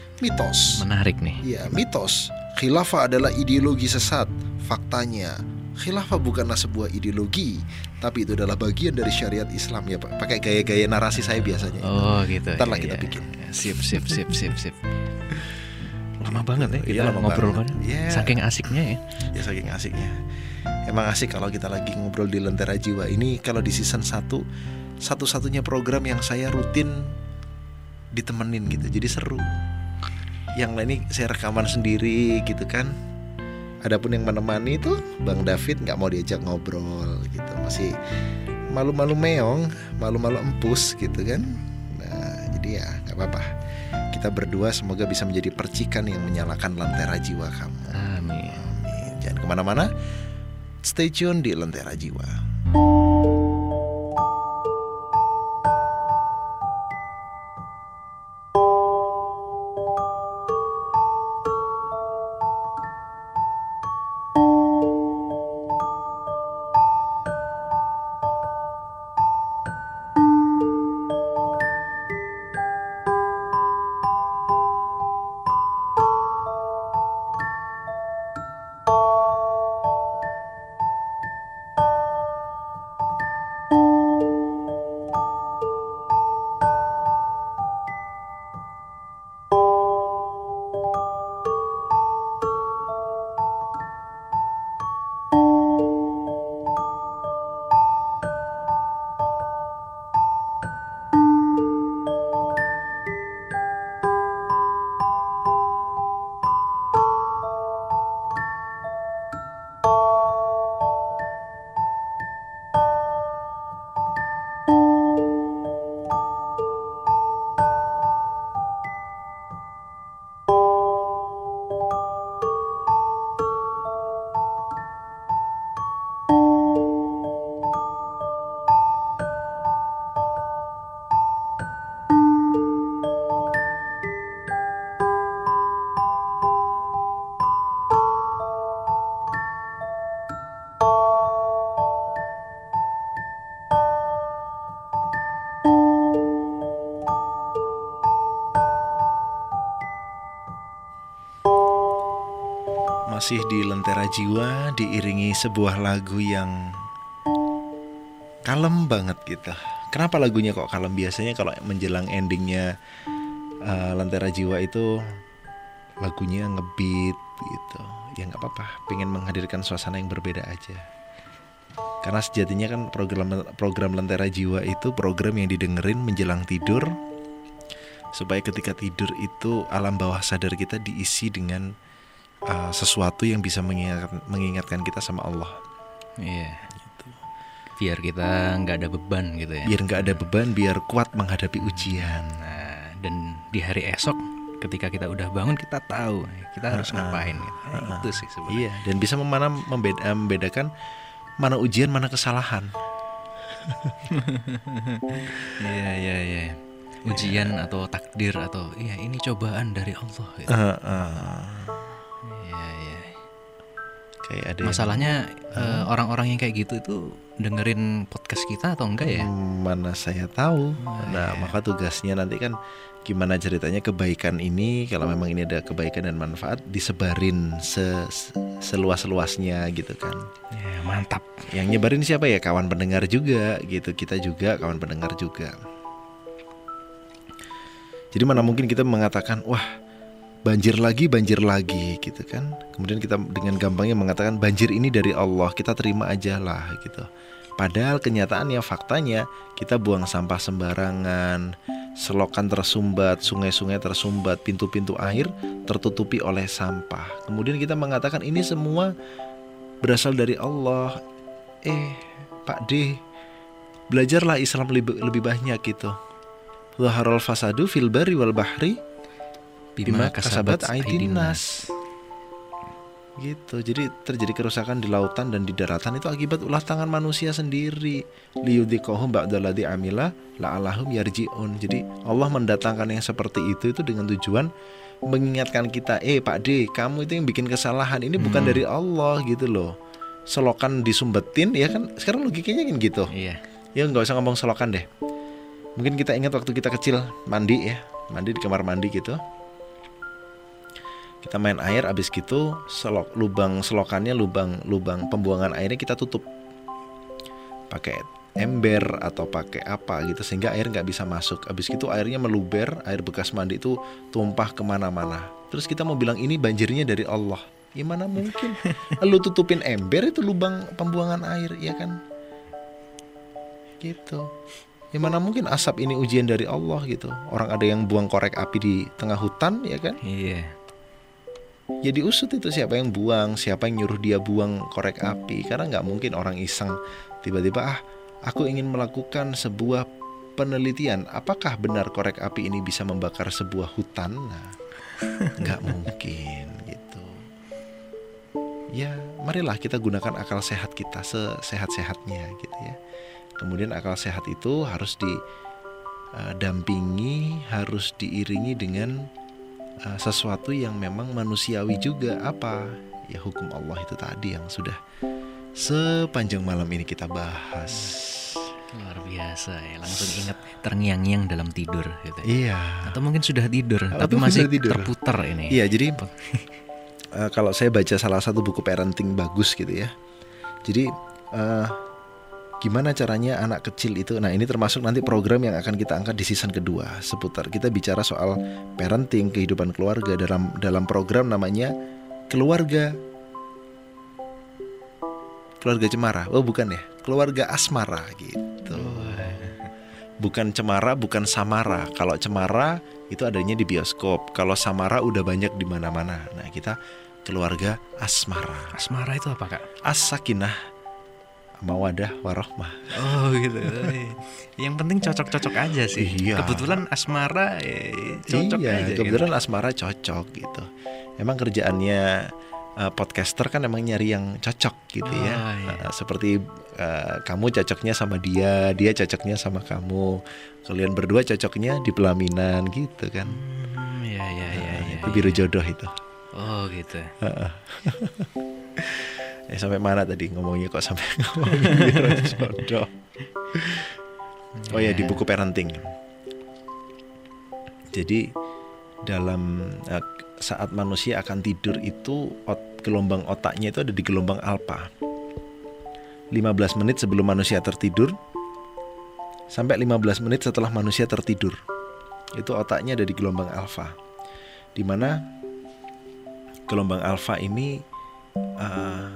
Mitos. Menarik nih. Iya, mitos. Khilafah adalah ideologi sesat. Faktanya, khilafah bukanlah sebuah ideologi, tapi itu adalah bagian dari syariat Islam ya Pak. Pakai gaya-gaya narasi saya biasanya. Oh gitu. Ntar lah ya, kita ya. bikin. Sip sip sip sip sip. Lama banget ya kita Iya, lama ngobrol banget. kan. Yeah. Saking asiknya ya. Ya saking asiknya. Emang asik kalau kita lagi ngobrol di Lentera Jiwa. Ini kalau di season satu, satu-satunya program yang saya rutin ditemenin gitu. Jadi seru. Yang lain ini saya rekaman sendiri gitu kan. Adapun yang menemani itu Bang David nggak mau diajak ngobrol gitu. Masih malu-malu meong, malu-malu empus gitu kan. Nah jadi ya nggak apa-apa. Kita berdua semoga bisa menjadi percikan yang menyalakan lentera jiwa kamu. Amin. Amin. Jangan kemana-mana. Stay tune di Lentera Jiwa. Masih di Lentera Jiwa, diiringi sebuah lagu yang kalem banget gitu. Kenapa lagunya kok kalem? Biasanya kalau menjelang endingnya uh, Lentera Jiwa itu lagunya ngebeat gitu. Ya nggak apa-apa, pengen menghadirkan suasana yang berbeda aja. Karena sejatinya kan program program Lentera Jiwa itu program yang didengerin menjelang tidur, supaya ketika tidur itu alam bawah sadar kita diisi dengan Uh, sesuatu yang bisa mengingatkan, mengingatkan kita sama Allah. Iya. Gitu. Biar kita nggak ada beban gitu ya. Biar nggak ada beban, biar kuat menghadapi ujian. Nah, dan di hari esok ketika kita udah bangun kita tahu kita harus uh, ngapain. Gitu. Nah, uh, itu sih sebenarnya. Iya. Dan bisa memana membeda, membedakan mana ujian mana kesalahan. Iya iya iya. Ujian yeah. atau takdir atau iya ini cobaan dari Allah. Gitu. Uh, uh. Kayak ada masalahnya yang, uh, orang-orang yang kayak gitu itu dengerin podcast kita atau enggak ya? Mana saya tahu. Oh, nah iya. Maka tugasnya nanti kan gimana ceritanya kebaikan ini, kalau memang ini ada kebaikan dan manfaat, disebarin se- seluas-luasnya gitu kan. Ya, mantap. Yang nyebarin siapa ya? Kawan pendengar juga gitu. Kita juga kawan pendengar juga. Jadi mana mungkin kita mengatakan wah banjir lagi, banjir lagi gitu kan. Kemudian kita dengan gampangnya mengatakan banjir ini dari Allah, kita terima aja lah gitu. Padahal kenyataannya, faktanya kita buang sampah sembarangan, selokan tersumbat, sungai-sungai tersumbat, pintu-pintu air tertutupi oleh sampah. Kemudian kita mengatakan ini semua berasal dari Allah. Eh Pak D, belajarlah Islam lebih, lebih banyak gitu. Zaharul fasadu fil barri wal bahri bima kasabat aydin nas. Gitu. Jadi terjadi kerusakan di lautan dan di daratan itu akibat ulah tangan manusia sendiri. Liyudhiqahum ba'daladzi amila la'allahum yarji'un. Jadi Allah mendatangkan yang seperti itu itu dengan tujuan mengingatkan kita, eh Pak D, kamu itu yang bikin kesalahan, ini bukan hmm. dari Allah gitu loh. Selokan disumbetin, ya kan sekarang logikanya kan gitu. Iya. Ya nggak usah ngomong selokan deh. Mungkin kita ingat waktu kita kecil mandi ya, mandi di kamar mandi gitu. Kita main air, abis gitu selok, lubang selokannya, lubang lubang pembuangan airnya kita tutup pakai ember atau pakai apa gitu sehingga air nggak bisa masuk. Abis gitu airnya meluber, air bekas mandi itu tumpah kemana-mana. Terus kita mau bilang ini banjirnya dari Allah, gimana mungkin? Lu tutupin ember itu lubang pembuangan air, ya kan? Gitu. Gimana mungkin asap ini ujian dari Allah gitu? Orang ada yang buang korek api di tengah hutan, ya kan? Iya. Jadi usut itu siapa yang buang, siapa yang nyuruh dia buang korek api. Karena gak mungkin orang iseng tiba-tiba, ah aku ingin melakukan sebuah penelitian, apakah benar korek api ini bisa membakar sebuah hutan? Nah, gak mungkin gitu. Ya marilah kita gunakan akal sehat kita sesehat-sehatnya gitu ya. Kemudian akal sehat itu harus didampingi, harus diiringi dengan Uh, sesuatu yang memang manusiawi juga. Apa? Ya hukum Allah itu tadi yang sudah sepanjang malam ini kita bahas. Luar biasa ya, langsung ingat terngiang-ngiang dalam tidur gitu. Iya. Atau mungkin sudah tidur, Atau tapi masih tidur. terputar ini. Iya, jadi uh, kalau saya baca salah satu buku parenting bagus gitu ya. Jadi uh, gimana caranya anak kecil itu. Nah ini termasuk nanti program yang akan kita angkat di season kedua. Seputar kita bicara soal parenting, kehidupan keluarga dalam dalam program namanya Keluarga Keluarga Cemara. Oh bukan ya, Keluarga Asmara gitu. Bukan Cemara, bukan Samara. Kalau Cemara itu adanya di bioskop. Kalau Samara udah banyak di mana-mana. Nah kita Keluarga Asmara. Asmara itu apa kak? As-sakinah mawadah warohmah. Oh gitu. Yang penting cocok-cocok aja sih. Iya. Kebetulan asmara eh, cocok iya, aja. Kebetulan gitu. asmara cocok gitu. Emang kerjaannya uh, podcaster kan emang nyari yang cocok gitu oh, ya. Iya. Uh, seperti uh, kamu cocoknya sama dia, dia cocoknya sama kamu. Kalian berdua cocoknya di pelaminan gitu kan. Hmm, iya iya iya. Uh, iya itu iya. biru jodoh itu. Oh gitu. Uh, Eh sampai mana tadi ngomongnya kok sampai ngomongin biru jodoh. Oh ya di buku parenting. Jadi dalam uh, saat manusia akan tidur itu ot, gelombang otaknya itu ada di gelombang alfa. lima belas menit sebelum manusia tertidur sampai lima belas menit setelah manusia tertidur. Itu otaknya ada di gelombang alfa. Di mana gelombang alfa ini uh,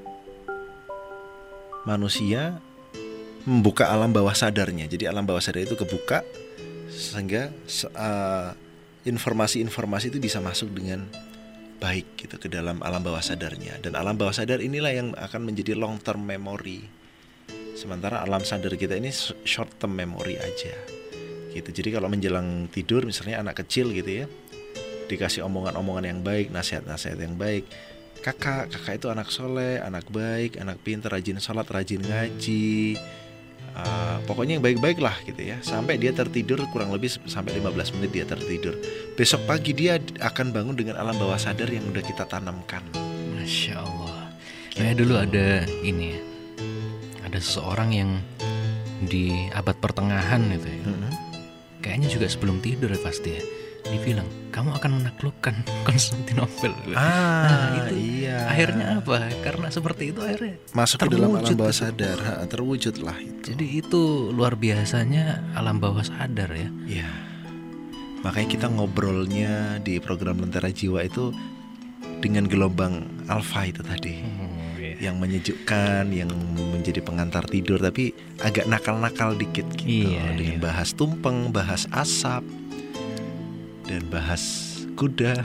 manusia membuka alam bawah sadarnya. Jadi alam bawah sadar itu kebuka sehingga uh, informasi-informasi itu bisa masuk dengan baik gitu ke dalam alam bawah sadarnya. Dan alam bawah sadar inilah yang akan menjadi long term memory. Sementara alam sadar kita ini short term memory aja gitu. Jadi kalau menjelang tidur misalnya anak kecil gitu ya, dikasih omongan-omongan yang baik, nasihat-nasihat yang baik. Kakak, kakak itu anak soleh, anak baik, anak pintar, rajin sholat, rajin ngaji, uh, pokoknya yang baik-baik lah gitu ya. Sampai dia tertidur kurang lebih sampai lima belas menit dia tertidur. Besok pagi dia akan bangun dengan alam bawah sadar yang udah kita tanamkan. Masya Allah. Kayak dulu ada ini ya, ada seseorang yang di abad pertengahan gitu ya. Mm-hmm. Kayaknya juga sebelum tidur ya pasti ya. Dibilang kamu akan menaklukkan Konstantinopel. Ah, nah, itu iya. Akhirnya apa? Karena seperti itu akhirnya masuk ke dalam alam bawah sadar, ha, terwujud lah itu. Jadi itu luar biasanya alam bawah sadar ya. Iya. Makanya kita ngobrolnya di program Lentera Jiwa itu dengan gelombang alfa itu tadi. Hmm, iya. Yang menyejukkan, yang menjadi pengantar tidur, tapi agak nakal-nakal dikit gitu. Iya, dengan iya. bahas tumpeng, bahas asap, dan bahas kuda.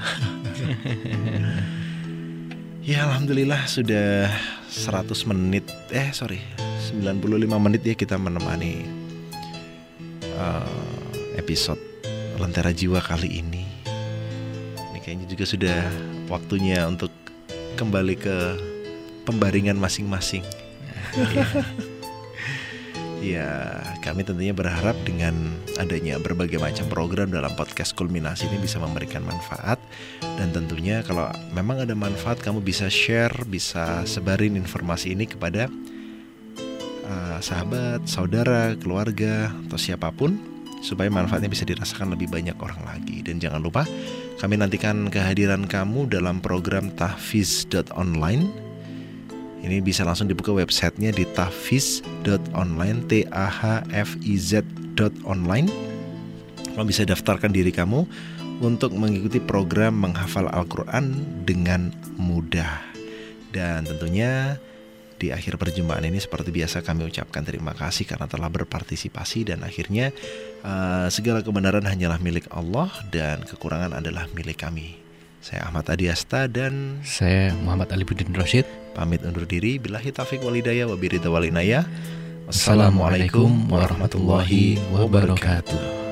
Ya alhamdulillah sudah seratus menit Eh sorry sembilan puluh lima menit ya kita menemani uh, episode Lentera Jiwa kali ini. Ini kayaknya juga sudah waktunya untuk kembali ke pembaringan masing-masing. Ya, kami tentunya berharap dengan adanya berbagai macam program dalam podcast Kulminasi ini bisa memberikan manfaat. Dan tentunya kalau memang ada manfaat, kamu bisa share, bisa sebarin informasi ini kepada uh, sahabat, saudara, keluarga, atau siapapun supaya manfaatnya bisa dirasakan lebih banyak orang lagi. Dan jangan lupa kami nantikan kehadiran kamu dalam program tahfiz dot online. Ini bisa langsung dibuka websitenya di tahfiz dot online, T A H F I Z dot online. Kamu bisa daftarkan diri kamu untuk mengikuti program menghafal Al-Quran dengan mudah. Dan tentunya di akhir perjumpaan ini seperti biasa kami ucapkan terima kasih karena telah berpartisipasi. Dan akhirnya uh, segala kebenaran hanyalah milik Allah dan kekurangan adalah milik kami. Saya Ahmad Adiasta dan saya Muhammad Ali Budin Rashid pamit undur diri. Billahi taufiq wal hidayah wa biridha wal inayah. Wassalamualaikum warahmatullahi wabarakatuh.